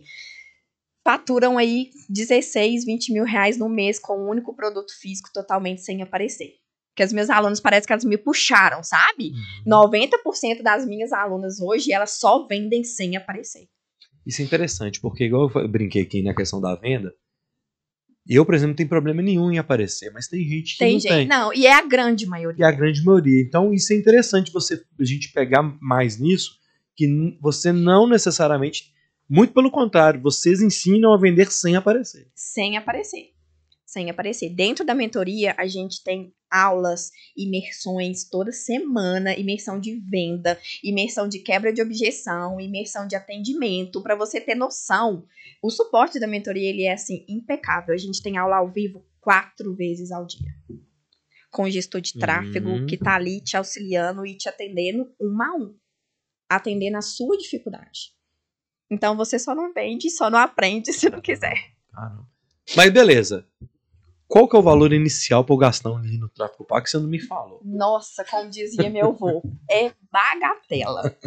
faturam aí dezesseis, vinte mil reais no mês com um único produto físico totalmente sem aparecer. Porque as minhas alunas parece que elas me puxaram, sabe? Uhum. noventa por cento das minhas alunas hoje, elas só vendem sem aparecer. Isso é interessante, porque igual eu brinquei aqui na questão da venda, eu, por exemplo, não tenho problema nenhum em aparecer, mas tem gente que tem não gente, tem. Não, e é a grande maioria. E é a grande maioria. Então, isso é interessante você, a gente pegar mais nisso, que você não necessariamente, muito pelo contrário, vocês ensinam a vender sem aparecer. Sem aparecer. Sem aparecer. Dentro da mentoria, a gente tem aulas, imersões toda semana, imersão de venda, imersão de quebra de objeção, imersão de atendimento, para você ter noção. O suporte da mentoria, ele é assim, impecável. A gente tem aula ao vivo quatro vezes ao dia. Com gestor de tráfego, uhum. que tá ali te auxiliando e te atendendo um a um. Atendendo a sua dificuldade. Então, você só não vende, só não aprende se não quiser. Ah, mas beleza. Qual que é o valor inicial para eu gastar ali no tráfego pago que você não me falou? Nossa, como dizia meu avô, é bagatela.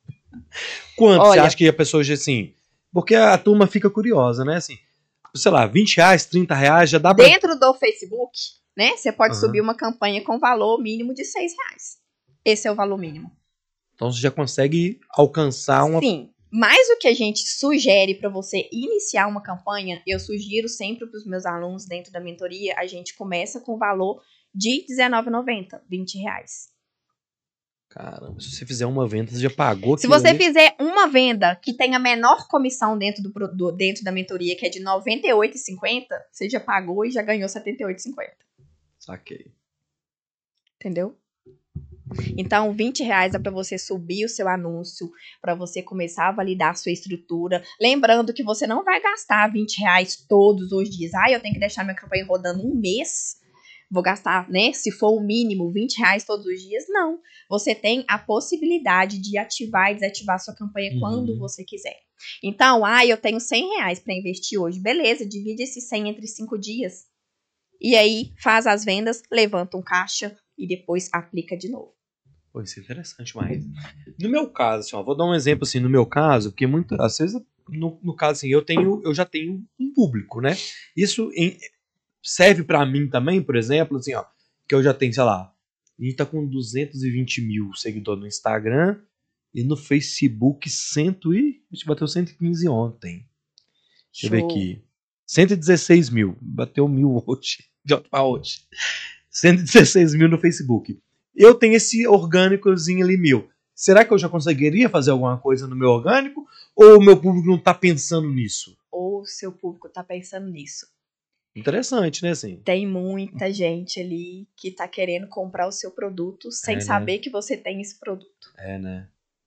Quanto Olha, você acha que a pessoa já assim... Porque a turma fica curiosa, né? Assim, sei lá, vinte reais, trinta reais, já dá pra... Dentro do Facebook, né? Você pode Aham. subir uma campanha com valor mínimo de seis reais. Esse é o valor mínimo. Então você já consegue alcançar uma... Sim, mas o que a gente sugere para você iniciar uma campanha, eu sugiro sempre para os meus alunos dentro da mentoria, a gente começa com o valor de dezenove reais e noventa centavos, vinte reais. Caramba, se você fizer uma venda, você já pagou Se aquilo você ali? fizer uma venda que tenha menor comissão dentro, do, pro- do- dentro da mentoria, que é de noventa e oito reais e cinquenta centavos, você já pagou e já ganhou setenta e oito reais e cinquenta centavos. Saquei. Entendeu? Então, vinte reais é para você subir o seu anúncio, para você começar a validar a sua estrutura. Lembrando que você não vai gastar vinte reais todos os dias. Ah, eu tenho que deixar minha campanha rodando um mês. Vou gastar, né? Se for o mínimo, vinte reais todos os dias. Não. Você tem a possibilidade de ativar e desativar sua campanha Uhum. quando você quiser. Então, ah, eu tenho cem reais para investir hoje. Beleza, divide esses cem entre cinco dias. E aí, faz as vendas, levanta um caixa e depois aplica de novo. Pô, isso é interessante, mas... No meu caso, assim, ó, vou dar um exemplo, assim, no meu caso, porque muitas às vezes, no, no caso, assim, eu, tenho, eu já tenho um público, né? Isso em- serve pra mim também, por exemplo, assim, ó, que eu já tenho, sei lá, a gente tá com duzentos e vinte mil seguidores no Instagram e no Facebook cento e... A gente bateu cento e quinze ontem. Deixa eu ver aqui. cento e dezesseis mil. Bateu mil hoje. De ontem pra hoje. cento e dezesseis mil no Facebook. Eu tenho esse orgânicozinho ali mil. Será que eu já conseguiria fazer alguma coisa no meu orgânico? Ou o meu público não tá pensando nisso? Ou o seu público tá pensando nisso. Interessante, né, assim? Tem muita gente ali que tá querendo comprar o seu produto sem É, né? saber que você tem esse produto. É, né?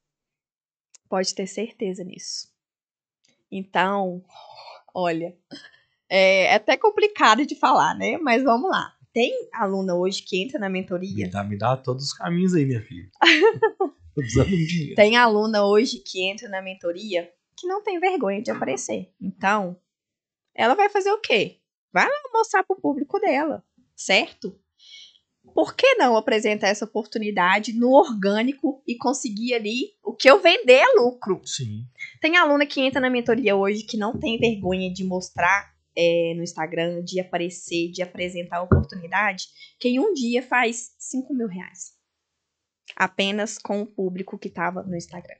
Pode ter certeza nisso. Então, olha, é até complicado de falar, né? Mas vamos lá. Tem aluna hoje que entra na Me mentoria. dá, me dá todos os caminhos aí, minha filha. Tô precisando de dinheiro. Tem aluna hoje que entra na mentoria que não tem vergonha de aparecer. Então, ela vai fazer o quê? Vai lá mostrar pro público dela, certo? Por que não apresentar essa oportunidade no orgânico e conseguir ali o que eu vender é lucro? Sim. Tem aluna que entra na mentoria hoje que não tem vergonha de mostrar é, no Instagram, de aparecer, de apresentar a oportunidade, que em um dia faz cinco mil reais. Apenas com o público que estava no Instagram.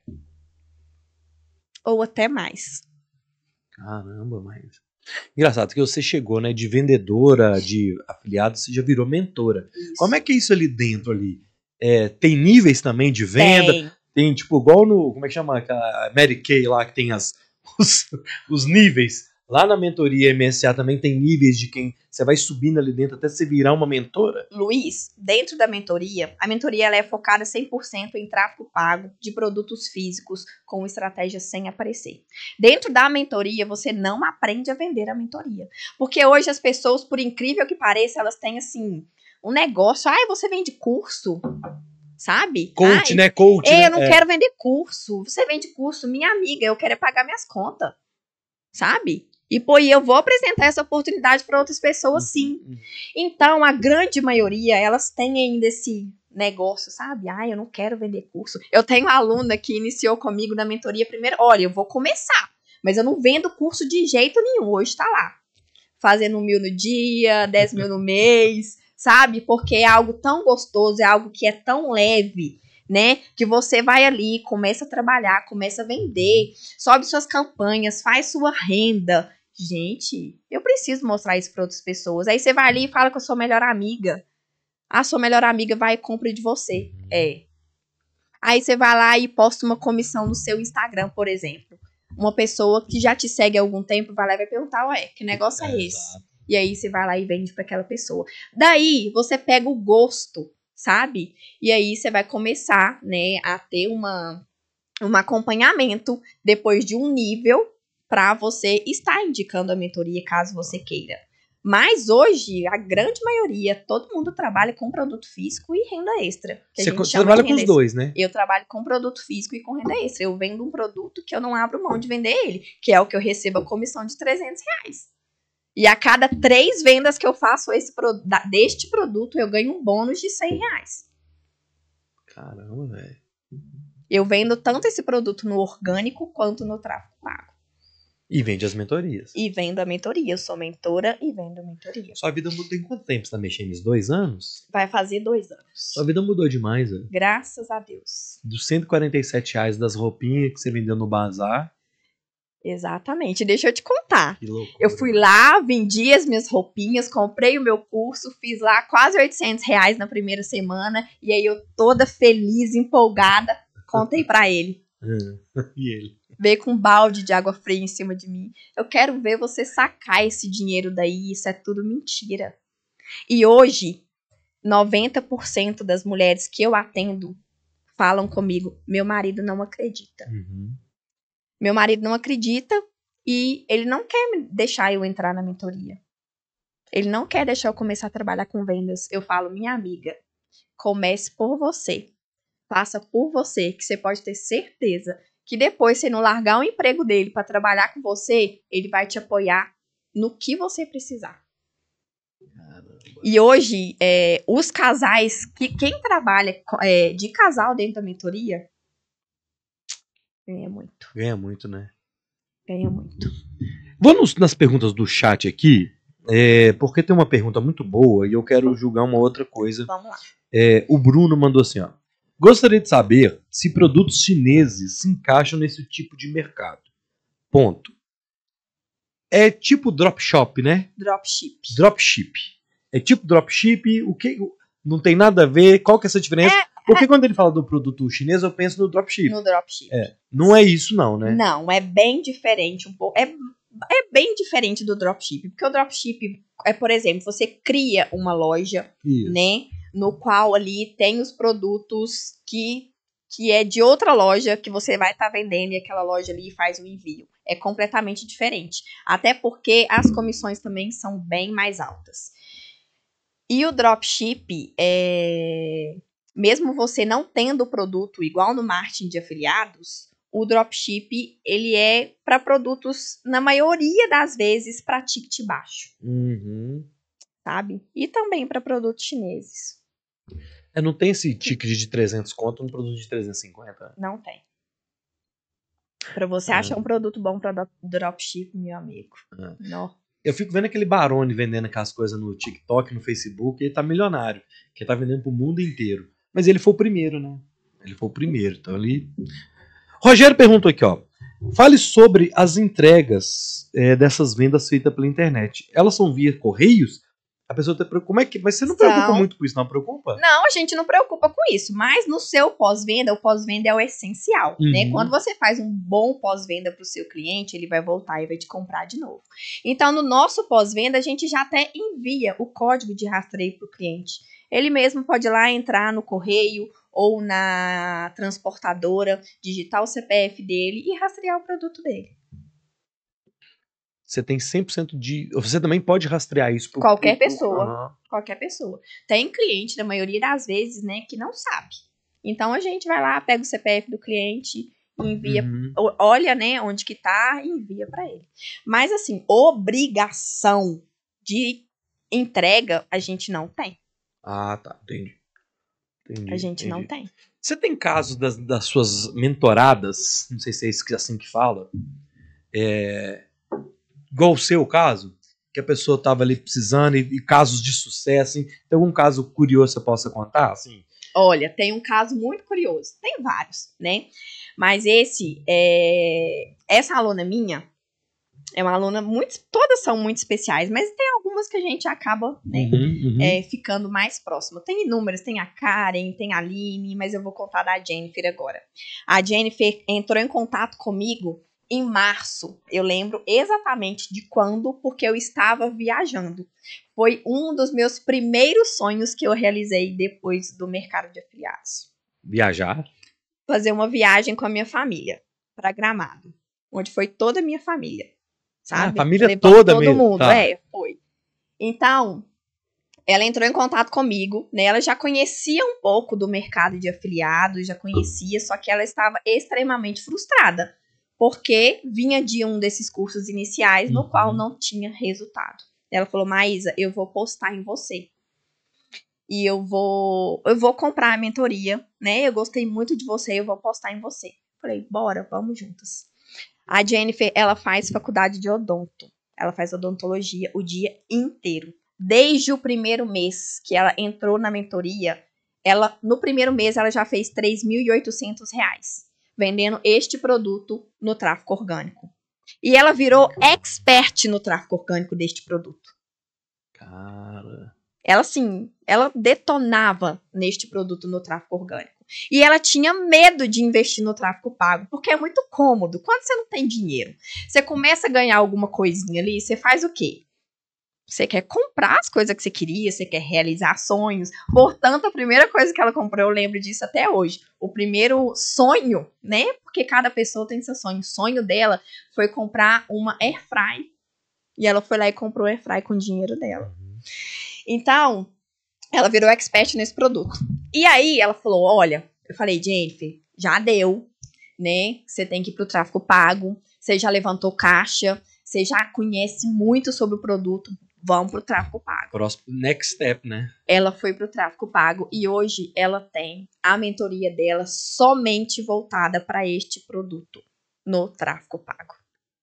Ou até mais. Caramba, mas... Engraçado que você chegou, né, de vendedora, de afiliado, você já virou mentora. Isso. Como é que é isso ali dentro ali? É, tem níveis também de venda? Tem. Tem, tipo, igual no, como é que chama? Aquela Mary Kay lá, que tem as, os, os níveis. Lá na mentoria M S A também tem níveis de quem você vai subindo ali dentro até você virar uma mentora? Luiz, dentro da mentoria, a mentoria ela é focada cem por cento em tráfego pago de produtos físicos com estratégia sem aparecer. Dentro da mentoria, você não aprende a vender a mentoria. Porque hoje as pessoas, por incrível que pareça, elas têm assim, um negócio. Ai, você vende curso? Sabe? Coach, Ai, né? Coach, eu né? não É. quero vender curso. Você vende curso, minha amiga, eu quero é pagar minhas contas. Sabe? E, pô, e eu vou apresentar essa oportunidade para outras pessoas, sim. Uhum. Então, a grande maioria, elas têm ainda esse negócio, sabe? Ah, eu não quero vender curso. Eu tenho uma aluna que iniciou comigo na mentoria primeiro. Olha, eu vou começar, mas eu não vendo curso de jeito nenhum. Hoje tá lá, fazendo mil no dia, dez mil no mês, sabe? Porque é algo tão gostoso, é algo que é tão leve, né? Que você vai ali, começa a trabalhar, começa a vender, sobe suas campanhas, faz sua renda. Gente, eu preciso mostrar isso para outras pessoas. Aí você vai ali e fala com a sua melhor amiga. A sua melhor amiga vai e compra de você. É. Aí você vai lá e posta uma comissão no seu Instagram, por exemplo. Uma pessoa que já te segue há algum tempo vai lá e vai perguntar, ué, que negócio é, É, esse? exato. E aí você vai lá e vende para aquela pessoa. Daí você pega o gosto, sabe? E aí você vai começar, né, a ter uma, um acompanhamento depois de um nível para você estar indicando a mentoria caso você queira. Mas hoje, a grande maioria, todo mundo trabalha com produto físico e renda extra. que a Você, gente você chama trabalha de com renda os extra. dois, né? Eu trabalho com produto físico e com renda extra. Eu vendo um produto que eu não abro mão de vender ele, que é o que eu recebo a comissão de trezentos reais. E a cada três vendas que eu faço esse, deste produto, eu ganho um bônus de cem reais. Caramba, velho. Eu vendo tanto esse produto no orgânico quanto no tráfego pago. E vende as mentorias. E vendo a mentoria. Eu sou mentora e vendo mentoria. Sua vida mudou em quanto tempo você tá mexendo nisso? Dois anos? Vai fazer dois anos. Sua vida mudou demais, velho. Graças a Deus. Dos cento e quarenta e sete reais das roupinhas que você vendeu no bazar. Exatamente. Deixa eu te contar. Que loucura. Eu fui lá, vendi as minhas roupinhas, comprei o meu curso, fiz lá quase oitocentos reais na primeira semana. E aí eu toda feliz, empolgada, contei pra ele. E ele? Veio com um balde de água fria em cima de mim. Eu quero ver você sacar esse dinheiro daí. Isso é tudo mentira. E hoje, noventa por cento das mulheres que eu atendo falam comigo, meu marido não acredita. Uhum. Meu marido não acredita e ele não quer me deixar eu entrar na mentoria. Ele não quer deixar eu começar a trabalhar com vendas. Eu falo, minha amiga, comece por você. Faça por você, que você pode ter certeza que depois, você não largar o emprego dele para trabalhar com você, ele vai te apoiar no que você precisar. Caramba. E hoje, é, os casais, que quem trabalha é, de casal dentro da mentoria, ganha muito. Ganha muito, né? Ganha muito. Vamos nas perguntas do chat aqui, é, porque tem uma pergunta muito boa e eu quero julgar uma outra coisa. Vamos lá. É, o Bruno mandou assim, ó. Gostaria de saber se produtos chineses se encaixam nesse tipo de mercado. Ponto. É tipo dropship, né? Dropship. Dropship. É tipo dropship, o que não tem nada a ver, qual que é essa diferença? É, Porque quando ele fala do produto chinês, eu penso no dropship. No dropship. É, não é isso não, né? Não, é bem diferente um pouco. É, é bem diferente do dropship. Porque o dropship é, por exemplo, você cria uma loja, Isso. né? No qual ali tem os produtos que, que é de outra loja que você vai estar tá vendendo e aquela loja ali faz o envio. É completamente diferente. Até porque as comissões também são bem mais altas. E o dropship, é... mesmo você não tendo o produto igual no marketing de afiliados, o dropship ele é para produtos, na maioria das vezes, para ticket baixo. Uhum. Sabe? E também para produtos chineses. É, não tem esse ticket de trezentos conto no produto de trezentos e cinquenta. Não tem. Para você Ah. achar um produto bom para dropship, meu amigo. Ah. Não. Eu fico vendo aquele Barone vendendo aquelas coisas no TikTok, no Facebook, e ele tá milionário, que ele tá vendendo pro mundo inteiro. Mas ele foi o primeiro, né? Ele foi o primeiro, então ele... Rogério perguntou aqui, ó. Fale sobre as entregas é, dessas vendas feitas pela internet. Elas são via correios? A pessoa tá preocupada. Como é que... Mas você não São. preocupa muito com isso, não preocupa? Não, a gente não preocupa com isso. Mas no seu pós-venda, o pós-venda é o essencial, Uhum. né? Quando você faz um bom pós-venda para o seu cliente, ele vai voltar e vai te comprar de novo. Então, no nosso pós-venda, a gente já até envia o código de rastreio para o cliente. Ele mesmo pode ir lá entrar no correio ou na transportadora, digitar o C P F dele e rastrear o produto dele. Você tem cem por cento de... Você também pode rastrear isso. Pro, Qualquer pro, pessoa. Uhum. Qualquer pessoa. Tem cliente, na maioria das vezes, né, que não sabe. Então, a gente vai lá, pega o C P F do cliente, envia, Uhum. olha, né, onde que tá e envia para ele. Mas, assim, obrigação de entrega, a gente não tem. Ah, tá. Entendi. Entendi A gente entendi. não tem. Você tem casos das, das suas mentoradas, não sei se é isso que assim que fala, é, igual o seu caso, que a pessoa estava ali precisando, e, e casos de sucesso, assim, tem algum caso curioso que você possa contar? Assim? Olha, tem um caso muito curioso. Tem vários, né? Mas esse, é... essa aluna minha, é uma aluna muito... Todas são muito especiais, mas tem algumas que a gente acaba, né, Uhum, uhum. é, ficando mais próximo. Tem inúmeras, tem a Karen, tem a Aline, mas eu vou contar da Jennifer agora. A Jennifer entrou em contato comigo em março. Eu lembro exatamente de quando, porque eu estava viajando. Foi um dos meus primeiros sonhos que eu realizei depois do mercado de afiliados. Viajar? Fazer uma viagem com a minha família para Gramado, onde foi toda a minha família. Sabe? Ah, a família Levando toda todo mesmo. mundo, Tá. é, foi. Então, ela entrou em contato comigo, né? Ela já conhecia um pouco do mercado de afiliados, já conhecia, só que ela estava extremamente frustrada, porque vinha de um desses cursos iniciais no Uhum. qual não tinha resultado. Ela falou, Maísa, eu vou postar em você. E eu vou, eu vou comprar a mentoria, né? Eu gostei muito de você, eu vou postar em você. Falei, bora, vamos juntas. A Jennifer, ela faz faculdade de odonto. Ela faz odontologia o dia inteiro. Desde o primeiro mês que ela entrou na mentoria, ela, no primeiro mês ela já fez três mil e oitocentos reais, vendendo este produto no tráfico orgânico. E ela virou expert no tráfico orgânico deste produto. Cara... Ela, assim, ela detonava neste produto no tráfico orgânico. E ela tinha medo de investir no tráfico pago, porque é muito cômodo. Quando você não tem dinheiro, você começa a ganhar alguma coisinha ali, você faz o quê? Você quer comprar as coisas que você queria, você quer realizar sonhos. Portanto, a primeira coisa que ela comprou, eu lembro disso até hoje. O primeiro sonho, né? Porque cada pessoa tem seu sonho. O sonho dela foi comprar uma airfry. E ela foi lá e comprou a airfry com o dinheiro dela. Então, ela virou expert nesse produto. E aí, ela falou, olha, eu falei, Jennifer, já deu, né? Você tem que ir pro tráfico pago, você já levantou caixa, você já conhece muito sobre o produto, vamos pro tráfico pago. Próximo, next step, né? Ela foi pro tráfico pago e hoje ela tem a mentoria dela somente voltada para este produto no tráfico pago.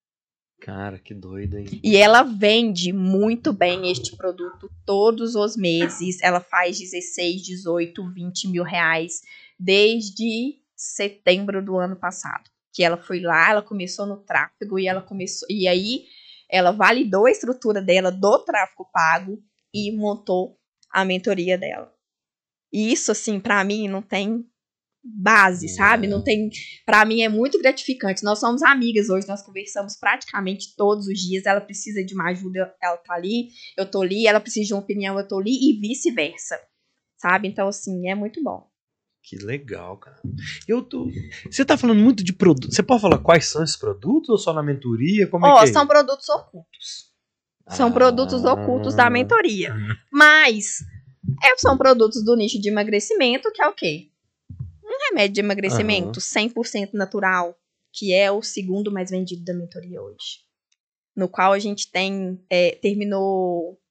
Cara, que doido, hein? E ela vende muito bem este produto todos os meses. Ela faz dezesseis, dezoito, vinte mil reais desde setembro do ano passado. Que ela foi lá, ela começou no tráfego e ela começou. E aí ela validou a estrutura dela do tráfego pago e montou a mentoria dela. E isso, assim, pra mim, não tem base, yeah. sabe? Não tem. Pra mim é muito gratificante. Nós somos amigas hoje, nós conversamos praticamente todos os dias. Ela precisa de uma ajuda, ela tá ali, eu tô ali, ela precisa de uma opinião, eu tô ali, e vice-versa. Sabe? Então, assim, é muito bom. Que legal, cara. Eu tô... Você tá falando muito de produtos. Você pode falar quais são esses produtos ou só na mentoria? Como oh, é que é? São produtos ocultos. São ah. produtos ocultos da mentoria. Mas é, são produtos do nicho de emagrecimento, que é o quê? Um remédio de emagrecimento uhum. cem por cento natural, que é o segundo mais vendido da mentoria hoje. No qual a gente tem, é, terminou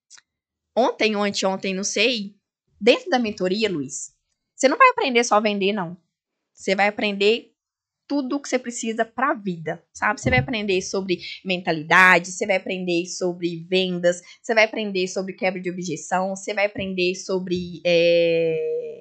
ontem ou anteontem, não sei, dentro da mentoria, Luiz, você não vai aprender só a vender, não. Você vai aprender tudo o que você precisa para a vida, sabe? Você vai aprender sobre mentalidade, você vai aprender sobre vendas, você vai aprender sobre quebra de objeção, você vai aprender sobre... É...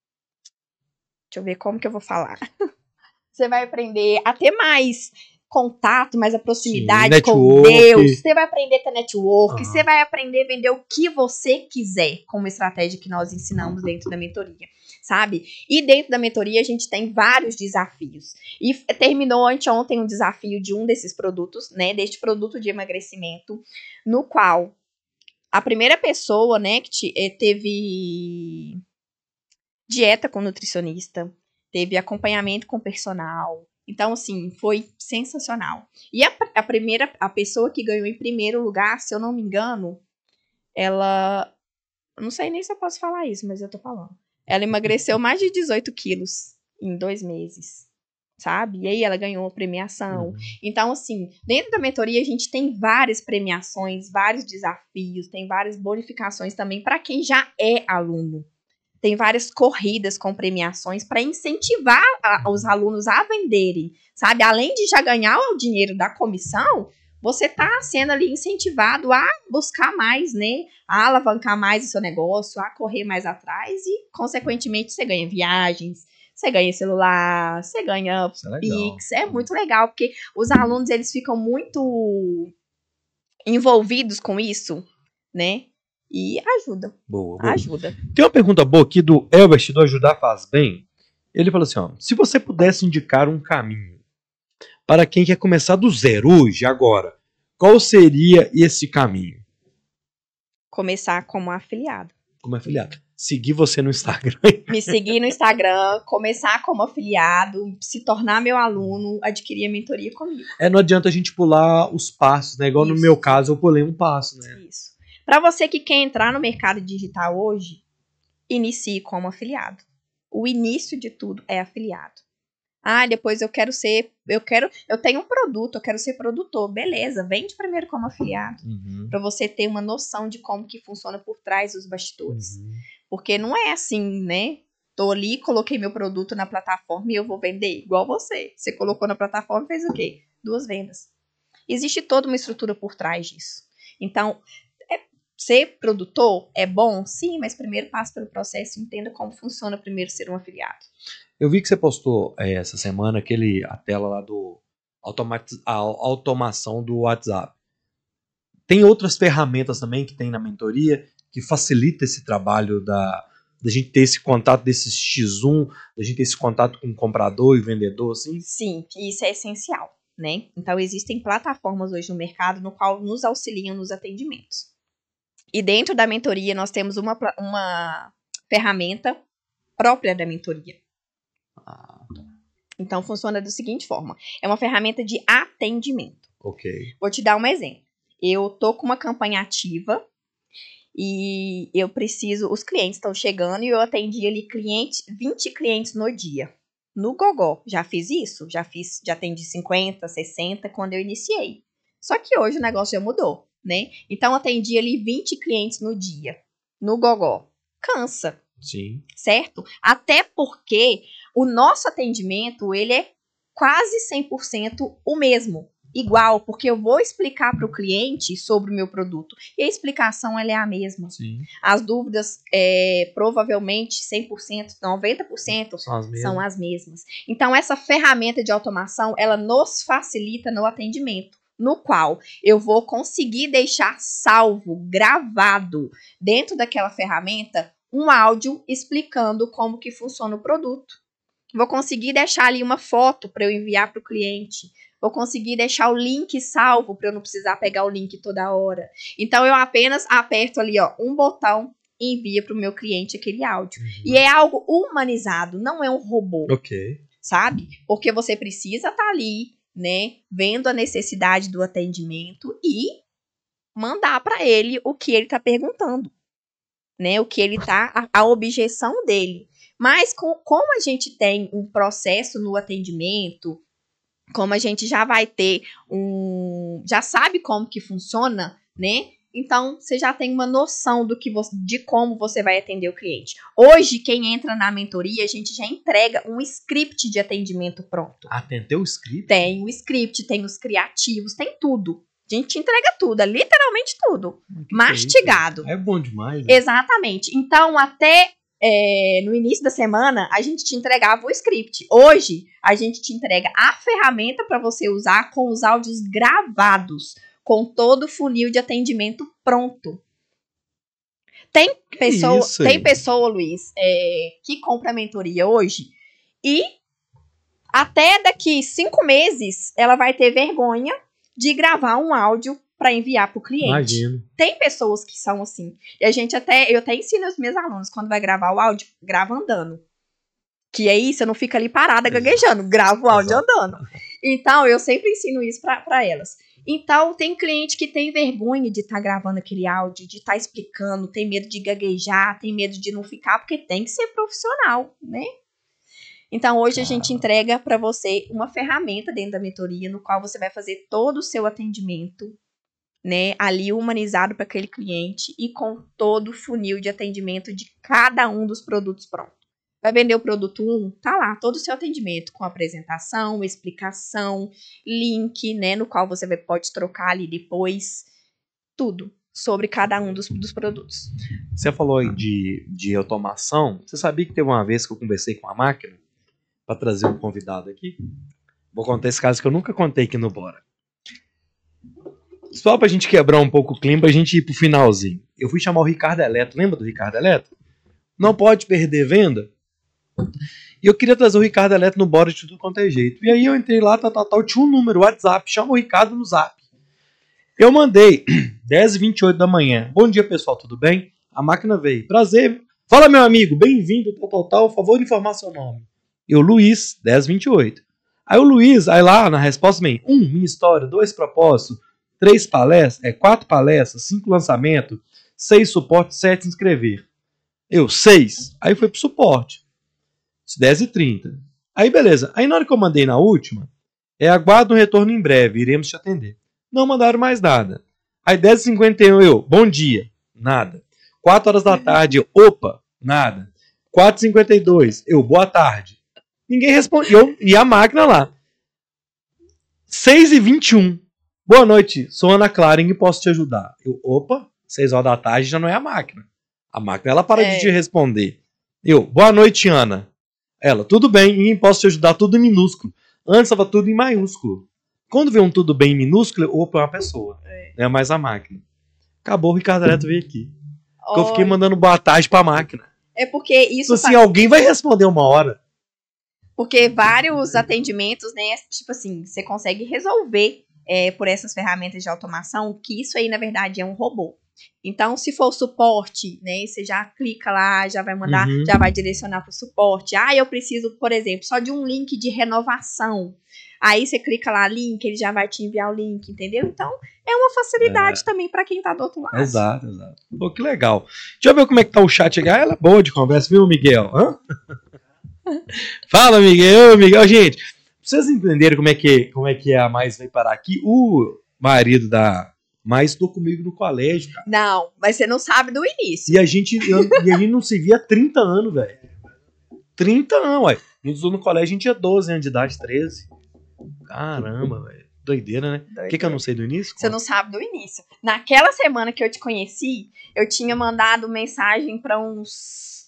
Deixa eu ver como que eu vou falar. Você vai aprender a ter mais contato, mais a proximidade Sim, com Deus. Você vai aprender a ter network. Uhum. Você vai aprender a vender o que você quiser, como estratégia que nós ensinamos dentro da mentoria, sabe? E dentro da mentoria a gente tem vários desafios. E terminou anteontem um desafio de um desses produtos, né? Deste produto de emagrecimento, no qual a primeira pessoa, né, que te, teve... dieta com nutricionista, teve acompanhamento com personal. Então, assim, foi sensacional. E a, a primeira, a pessoa que ganhou em primeiro lugar, se eu não me engano, ela... Não sei nem se eu posso falar isso, mas eu tô falando. Ela emagreceu mais de dezoito quilos em dois meses, sabe? E aí ela ganhou premiação. Uhum. Então, assim, dentro da mentoria a gente tem várias premiações, vários desafios, tem várias bonificações também para quem já é aluno. Tem várias corridas com premiações para incentivar a, os alunos a venderem, sabe? Além de já ganhar o dinheiro da comissão, você está sendo ali incentivado a buscar mais, né? A alavancar mais o seu negócio, a correr mais atrás e, consequentemente, você ganha viagens, você ganha celular, você ganha é Pix. É muito legal, porque os alunos, eles ficam muito envolvidos com isso, né? E ajuda. Boa, boa. Ajuda. Tem uma pergunta boa aqui do Elbert, do Ajudar Faz Bem. Ele falou assim, ó, se você pudesse indicar um caminho para quem quer começar do zero hoje, agora, qual seria esse caminho? Começar como afiliado. Como afiliado. Seguir você no Instagram. Me seguir no Instagram, começar como afiliado, se tornar meu aluno, adquirir a mentoria comigo. É, não adianta a gente pular os passos, né? Igual Isso. no meu caso, eu pulei um passo, né? Isso. Para você que quer entrar no mercado digital hoje, inicie como afiliado. O início de tudo é afiliado. Ah, depois eu quero ser, eu quero, eu tenho um produto, eu quero ser produtor. Beleza, vende primeiro como afiliado. Uhum. Para você ter uma noção de como que funciona por trás dos bastidores. Uhum. Porque não é assim, né? Tô ali, coloquei meu produto na plataforma e eu vou vender igual você. Você colocou na plataforma e fez o quê? duas vendas. Existe toda uma estrutura por trás disso. Então, é, ser produtor é bom? Sim, mas primeiro passe pelo processo e entenda como funciona primeiro ser um afiliado. Eu vi que você postou é, essa semana aquele, a tela lá do automati- a automação do WhatsApp. Tem outras ferramentas também que tem na mentoria que facilita esse trabalho da, da gente ter esse contato desse X um, da gente ter esse contato com o comprador e vendedor, assim? Sim, isso é essencial, né? Então, existem plataformas hoje no mercado no qual nos auxiliam nos atendimentos. E dentro da mentoria, nós temos uma, uma ferramenta própria da mentoria. Ah, então, funciona da seguinte forma. É uma ferramenta de atendimento. ok. Vou te dar um exemplo. Eu tô com uma campanha ativa e eu preciso... Os clientes estão chegando e eu atendi ali clientes, vinte clientes no dia. No Gogó. Já fiz isso? Já fiz, já atendi cinquenta, sessenta quando eu iniciei. Só que hoje o negócio já mudou, né? Então, atendi ali vinte clientes no dia. No Gogó. Cansa. Sim. Certo? Até porque o nosso atendimento, ele é quase cem por cento o mesmo. Igual, porque eu vou explicar para o cliente sobre o meu produto. E a explicação, ela é a mesma. Sim. As dúvidas, é, provavelmente, cem por cento, noventa por cento São as mesmas. são as mesmas. Então, essa ferramenta de automação, ela nos facilita no atendimento, no qual eu vou conseguir deixar salvo, gravado, dentro daquela ferramenta, um áudio explicando como que funciona o produto. Vou conseguir deixar ali uma foto para eu enviar para o cliente. Vou conseguir deixar o link salvo para eu não precisar pegar o link toda hora. Então, eu apenas aperto ali, ó, um botão e envia para o meu cliente aquele áudio. Uhum. E é algo humanizado, não é um robô. Ok. Sabe? Porque você precisa estar ali, né, vendo a necessidade do atendimento e mandar para ele o que ele está perguntando. Né, o que ele tá, a, a objeção dele. Mas com, como a gente tem um processo no atendimento, como a gente já vai ter um, já sabe como que funciona, né? Então você já tem uma noção do que você, de como você vai atender o cliente. Hoje, quem entra na mentoria, a gente já entrega um script de atendimento pronto. Ah, tem até o script? Tem o script, tem os criativos, tem tudo. A gente entrega tudo, é literalmente tudo. Que mastigado. Que é, é bom demais. Né? Exatamente. Então, até é, no início da semana, a gente te entregava o script. Hoje, a gente te entrega a ferramenta para você usar com os áudios gravados, com todo o funil de atendimento pronto. Tem pessoa, tem pessoa Luiz, é, que compra a mentoria hoje e até daqui cinco meses ela vai ter vergonha de gravar um áudio para enviar para o cliente. Imagino. Tem pessoas que são assim. E a gente até, eu até ensino aos meus alunos, quando vai gravar o áudio, grava andando. Que aí você não fica ali parada gaguejando, grava o áudio Exato. andando. Então, eu sempre ensino isso para elas. Então, tem cliente que tem vergonha de estar tá gravando aquele áudio, de estar tá explicando, tem medo de gaguejar, tem medo de não ficar, porque tem que ser profissional, né? Então, hoje a gente entrega para você uma ferramenta dentro da mentoria, no qual você vai fazer todo o seu atendimento, né, ali humanizado para aquele cliente e com todo o funil de atendimento de cada um dos produtos pronto. Vai vender o produto um, tá lá, todo o seu atendimento com apresentação, explicação, link, né, no qual você vai, pode trocar ali depois, tudo sobre cada um dos, dos produtos. Você falou aí de, de automação, você sabia que teve uma vez que eu conversei com a máquina para trazer um convidado aqui? Vou contar esse caso que eu nunca contei aqui no Bora. Só pra gente quebrar um pouco o clima, pra gente ir pro finalzinho. Eu fui chamar o Ricardo Eletro, lembra do Ricardo Eletro? Não pode perder venda? E eu queria trazer o Ricardo Eletro no Bora de tudo quanto é jeito. E aí eu entrei lá, tal, tal, tal, tinha um número, WhatsApp, chama o Ricardo no Zap. Eu mandei, dez e vinte e oito da manhã. Bom dia, pessoal, tudo bem? A máquina veio. Prazer. Fala, meu amigo, bem-vindo, tal, tal, tal, favor de informar seu nome. Eu, Luiz, dez e vinte e oito. Aí o Luiz, aí lá na resposta vem, um, minha história, dois, propósito, três palestras, é, quatro palestras, cinco lançamentos, seis suporte, sete inscrever. Eu, seis. Aí foi pro suporte. dez e trinta. Aí beleza. Aí na hora que eu mandei na última, é aguardo um retorno em breve, iremos te atender. Não mandaram mais nada. Aí dez e cinquenta e um eu, bom dia. Nada. quatro horas da tarde, eu, opa, nada. quatro e cinquenta e dois, eu, boa tarde. Ninguém respondeu. E a máquina lá. seis e vinte e um. Boa noite, sou Ana Clara, em que posso te ajudar? Eu, opa, seis horas da tarde já não é a máquina. A máquina, ela para É. de te responder. Eu, boa noite, Ana. Ela, tudo bem, em que posso te ajudar? Tudo em minúsculo. Antes estava tudo em maiúsculo. Quando vê um tudo bem em minúsculo, opa, é uma pessoa. É. Não é mais a máquina. Acabou, o Ricardo Neto veio aqui. Porque eu fiquei Olha, mandando boa tarde pra máquina. é porque isso Tipo assim, fa- alguém vai responder uma hora. porque vários atendimentos, né, tipo assim, você consegue resolver é, por essas ferramentas de automação, que isso aí, na verdade, é um robô. Então, se for o suporte, né, você já clica lá, já vai mandar, Uhum. já vai direcionar para o suporte. Ah, eu preciso, por exemplo, só de um link de renovação. Aí você clica lá, link, ele já vai te enviar o link, entendeu? Então, é uma facilidade também para quem tá do outro lado. Exato, exato. Pô, que legal. Deixa eu ver como é que tá o chat aqui. Ah, ela é boa de conversa, viu, Miguel? Hã? Fala, Miguel. Ô, Miguel, gente, pra vocês entenderem como é que, como é, que a Mais veio parar aqui, o marido da Mais estudou comigo no colégio, cara. Não, mas você não sabe do início. E a gente, eu- e a gente não se via há trinta anos, velho. trinta anos, ué. A gente estudou no colégio, a gente tinha doze anos de idade, treze. Caramba, velho. Doideira, né? O que, que eu não sei do início? Você não sabe do início. Naquela semana que eu te conheci, eu tinha mandado mensagem para uns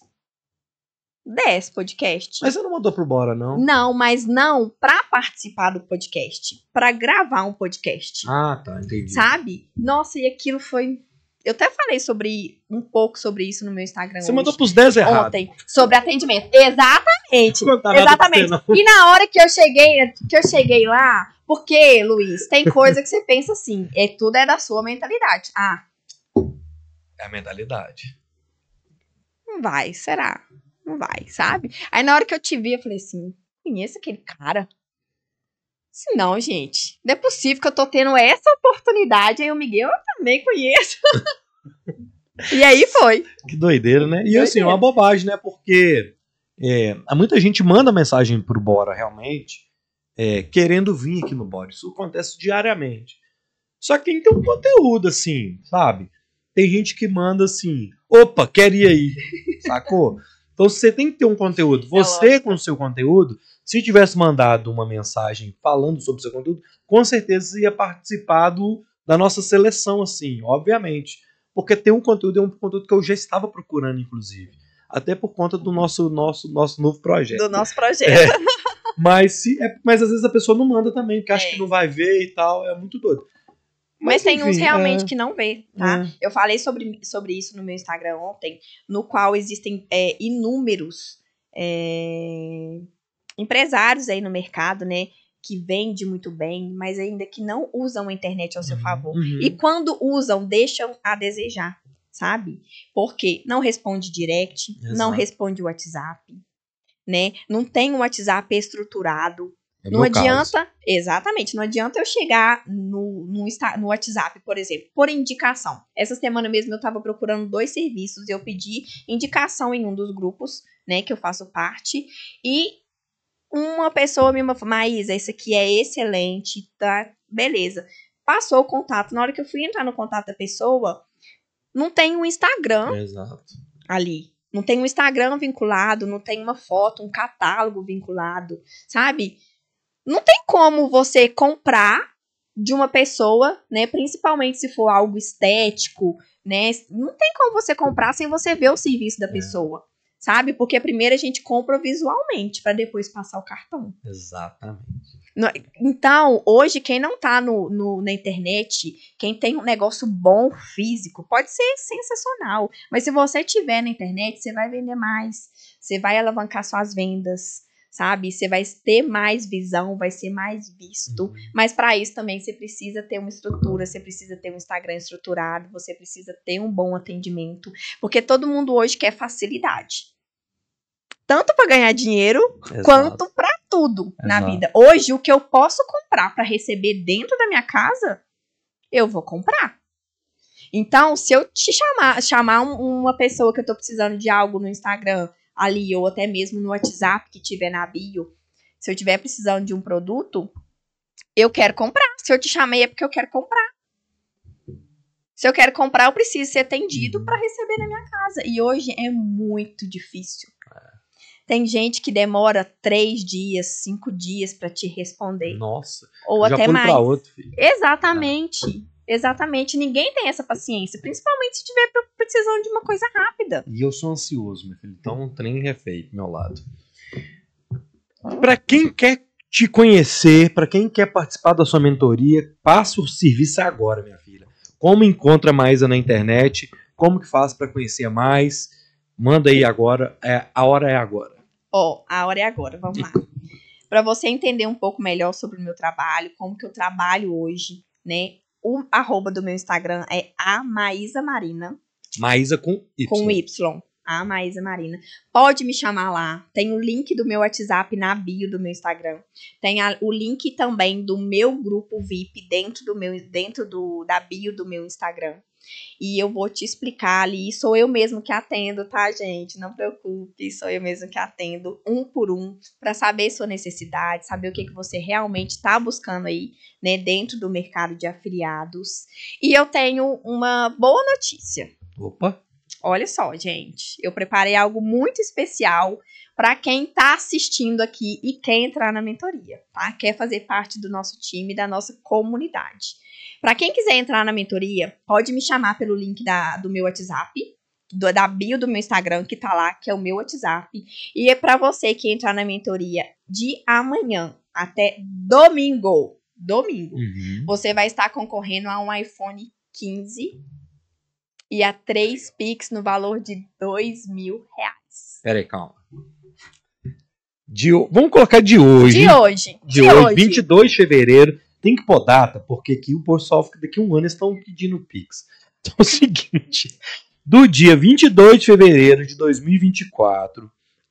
dez podcasts. Mas você não mandou pro Bora, não? Não, mas não para participar do podcast, para gravar um podcast, Ah, tá, entendi. sabe? Nossa, e aquilo foi... Eu até falei sobre um pouco sobre isso no meu Instagram Você hoje, mandou pros dez errado. ontem, sobre atendimento. Exatamente. Não contar nada pra você, Exatamente. não. E na hora que eu cheguei, que eu cheguei lá, porque, Luiz, tem coisa que você pensa assim, é tudo é da sua mentalidade. Ah, É a mentalidade. não vai, será? Não vai, sabe? Aí na hora que eu te vi, eu falei assim, conheço aquele cara? Se não, gente, não é possível que eu tô tendo essa oportunidade, aí o Miguel eu também conheço. E aí foi. Que doideira, né? E Doideira. assim, é uma bobagem, né? Porque é, há muita gente manda mensagem pro Bora, realmente, é, querendo vir aqui no Bora. Isso acontece diariamente. Só que tem que ter um conteúdo, assim, sabe? Tem gente que manda assim, opa, quer ir aí, sacou? Então você tem que ter um conteúdo. Você, lógico. com o seu conteúdo, se tivesse mandado uma mensagem falando sobre o seu conteúdo, com certeza você ia participar do, da nossa seleção, assim, obviamente. Porque ter um conteúdo é um conteúdo que eu já estava procurando, inclusive. Até por conta do nosso, nosso, nosso novo projeto. Do nosso projeto. É, mas, se, é, mas às vezes a pessoa não manda também, porque acha É. que não vai ver e tal. É muito doido. Mas, tem uns enfim, realmente é, que não vê, tá? é. Eu falei sobre, sobre isso no meu Instagram ontem, no qual existem é, inúmeros é, empresários aí no mercado, né? Que vendem muito bem, mas ainda que não usam a internet ao seu favor. Uhum. E quando usam, deixam a desejar, sabe? Porque não responde direct, não Exato. responde o WhatsApp, né? Não tem um WhatsApp estruturado. É Não meu caso. adianta, exatamente, não adianta eu chegar no, no, Insta- no WhatsApp, por exemplo, por indicação. Essa semana mesmo eu estava procurando dois serviços, eu pedi indicação em um dos grupos, né, que eu faço parte, e uma pessoa me falou, Maísa, esse aqui é excelente, tá, beleza. Passou o contato, na hora que eu fui entrar no contato da pessoa, não tem um Instagram Exato. ali. Não tem um Instagram vinculado, não tem uma foto, um catálogo vinculado, sabe? Não tem como você comprar de uma pessoa, né? Principalmente se for algo estético, né? Não tem como você comprar sem você ver o serviço da pessoa, sabe? Porque primeiro a gente compra visualmente para depois passar o cartão. Exatamente. No- Então, hoje, quem não tá no, no- na internet, quem tem um negócio bom físico, pode ser sensacional. Mas se você tiver na internet, você vai vender mais. Você vai alavancar suas vendas, sabe? Você vai ter mais visão, vai ser mais visto. Uhum. Mas para isso também você precisa ter uma estrutura, você precisa ter um Instagram estruturado, você precisa ter um bom atendimento. Porque todo mundo hoje quer facilidade. Tanto para ganhar dinheiro, Exato. quanto para tudo na Exato. vida. Hoje, o que eu posso comprar para receber dentro da minha casa, eu vou comprar. Então, se eu te chamar, chamar um- uma pessoa que eu tô precisando de algo no Instagram ali, ou até mesmo no WhatsApp que tiver na bio, se eu tiver precisando de um produto, eu quero comprar. Se eu te chamei é porque eu quero comprar. Se eu quero comprar, eu preciso ser atendido para receber na minha casa. E hoje é muito difícil. Tem gente que demora três dias, cinco dias para te responder. Nossa. Ou já até pulo mais. pra outro, filho. Exatamente. Ah. Exatamente. Ninguém tem essa paciência. Principalmente se estiver precisando de uma coisa rápida. E eu sou ansioso, meu filho. Então o trem é feio do meu lado. Para quem quer te conhecer, para quem quer participar da sua mentoria, passa o serviço agora, minha filha. Como encontra a Maísa na internet? Como que faz para conhecer mais? Manda aí agora. É, a hora é agora. Ó, oh, a hora é agora. Vamos lá. Para você entender um pouco melhor sobre o meu trabalho, como que eu trabalho hoje, né? O arroba do meu Instagram é a Maísa Marina. Maísa com Y. Com Y. A Maísa Marina. Pode me chamar lá. Tem o link do meu WhatsApp na bio do meu Instagram. Tem a, o link também do meu grupo V I P dentro, do meu, dentro do, da bio do meu Instagram. E eu vou te explicar ali. Sou eu mesmo que atendo, tá, gente? Não preocupe. Sou eu mesmo que atendo um por um para saber sua necessidade, saber o que, que você realmente está buscando aí, né, dentro do mercado de afiliados. E eu tenho uma boa notícia. Opa! Olha só, gente, eu preparei algo muito especial para quem está assistindo aqui e quer entrar na mentoria, tá? Quer fazer parte do nosso time, da nossa comunidade. Para quem quiser entrar na mentoria, pode me chamar pelo link da, do meu WhatsApp, do, da bio do meu Instagram, que tá lá, que é o meu WhatsApp. E é para você que entrar na mentoria de amanhã até domingo, domingo, uhum. Você vai estar concorrendo a um iPhone quinze e a três Pix no valor de dois mil reais. Peraí, calma. De, vamos colocar de hoje. De hoje. De, de hoje, hoje, vinte e dois de fevereiro. Tem que pôr data, porque aqui o pessoal daqui a um ano eles estão pedindo Pix. Então é o seguinte. Do dia vinte e dois de fevereiro de dois mil e vinte e quatro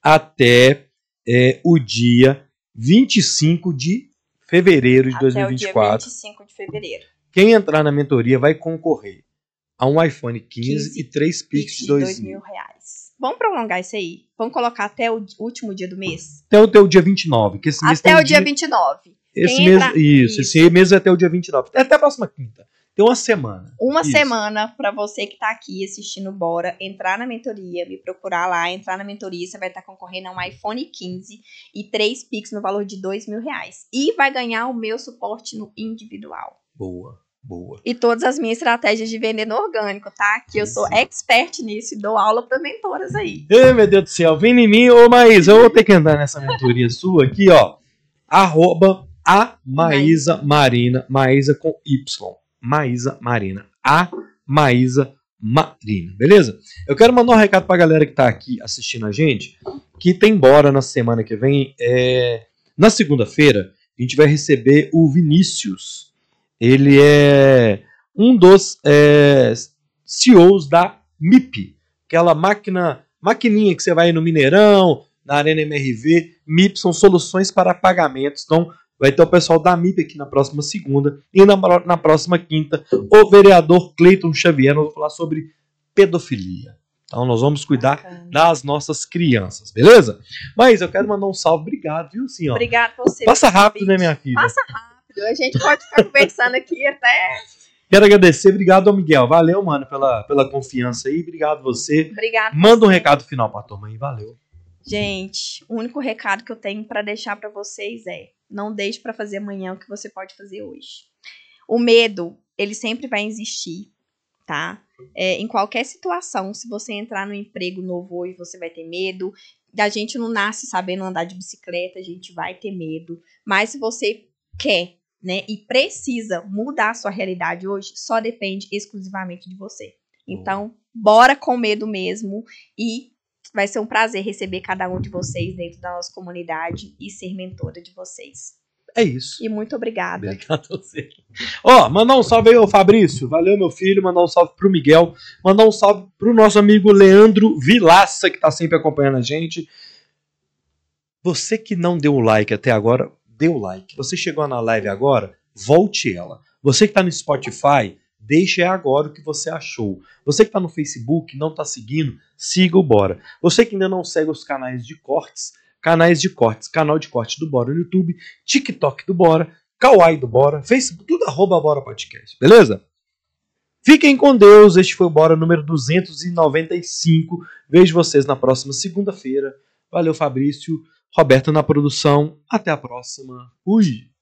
até é, o dia vinte e cinco de fevereiro de até dois mil e vinte e quatro. O dia vinte e cinco de fevereiro. Quem entrar na mentoria vai concorrer a um iPhone quinze, quinze e três Pix de dois mil reais. Vamos prolongar isso aí? Vamos colocar até o último dia do mês? Até o, até o dia vinte e nove. Que esse mês até tem o dia vinte e nove. Esse mês, entra... isso, isso, esse mês é até o dia vinte e nove. Até a próxima quinta. Tem uma semana. Uma isso. semana para você que está aqui assistindo Bora, entrar na mentoria, me procurar lá, entrar na mentoria, você vai estar concorrendo a um iPhone quinze e três Pix no valor de dois mil reais. E vai ganhar o meu suporte no individual. Boa. Boa. E todas as minhas estratégias de vender no orgânico, tá? Que eu sou expert nisso e dou aula para mentoras aí. Ei, meu Deus do céu, vem em mim, ô Maísa, eu vou ter que entrar nessa mentoria sua aqui, ó. Arroba a Maísa Marina, Maísa com Y. Maísa Marina. A Maísa Marina, beleza? Eu quero mandar um recado pra galera que tá aqui assistindo a gente, que tem Bora na semana que vem. É... Na segunda-feira, a gente vai receber o Vinícius. Ele é um dos é, C E Os da M I P, aquela máquina, maquininha que você vai no Mineirão, na Arena M R V. M I P são soluções para pagamentos. Então, vai ter o pessoal da M I P aqui na próxima segunda. E na, na próxima quinta, o vereador Cleiton Xavier. Nós vamos falar sobre pedofilia. Então, nós vamos cuidar Bacana. das nossas crianças, beleza? Mas eu quero mandar um salve. Obrigado, viu, senhor? Obrigado a você. Passa rápido, né, minha filha? Passa rápido. A gente pode ficar conversando aqui até... Quero agradecer. Obrigado, Miguel. Valeu, mano, pela, pela confiança aí. Obrigado você. Obrigado. Manda um recado final pra turma aí. Valeu. Gente, o único recado que eu tenho para deixar para vocês é: não deixe para fazer amanhã o que você pode fazer hoje. O medo, ele sempre vai existir, tá? É, em qualquer situação, se você entrar no emprego novo hoje, você vai ter medo. A gente não nasce sabendo andar de bicicleta, a gente vai ter medo. Mas se você quer, né, e precisa mudar a sua realidade hoje, só depende exclusivamente de você. Então, bora com medo mesmo e vai ser um prazer receber cada um de vocês dentro da nossa comunidade e ser mentora de vocês. É isso. E muito obrigada. Obrigado a você. Ó, mandar um salve aí ao Fabrício. Valeu, meu filho. Mandar um salve pro Miguel. Mandar um salve pro nosso amigo Leandro Vilaça, que tá sempre acompanhando a gente. Você que não deu o like até agora, dê o like. Você chegou na live agora, volte ela. Você que tá no Spotify, deixe agora o que você achou. Você que tá no Facebook, não tá seguindo, siga o Bora. Você que ainda não segue os canais de cortes, canais de cortes, canal de corte do Bora no YouTube, TikTok do Bora, Kawaii do Bora, Facebook, tudo arroba Bora Podcast, beleza? Fiquem com Deus, este foi o Bora número duzentos e noventa e cinco. Vejo vocês na próxima segunda-feira, Valeu, Fabrício. Roberto na produção. Até a próxima. Fui!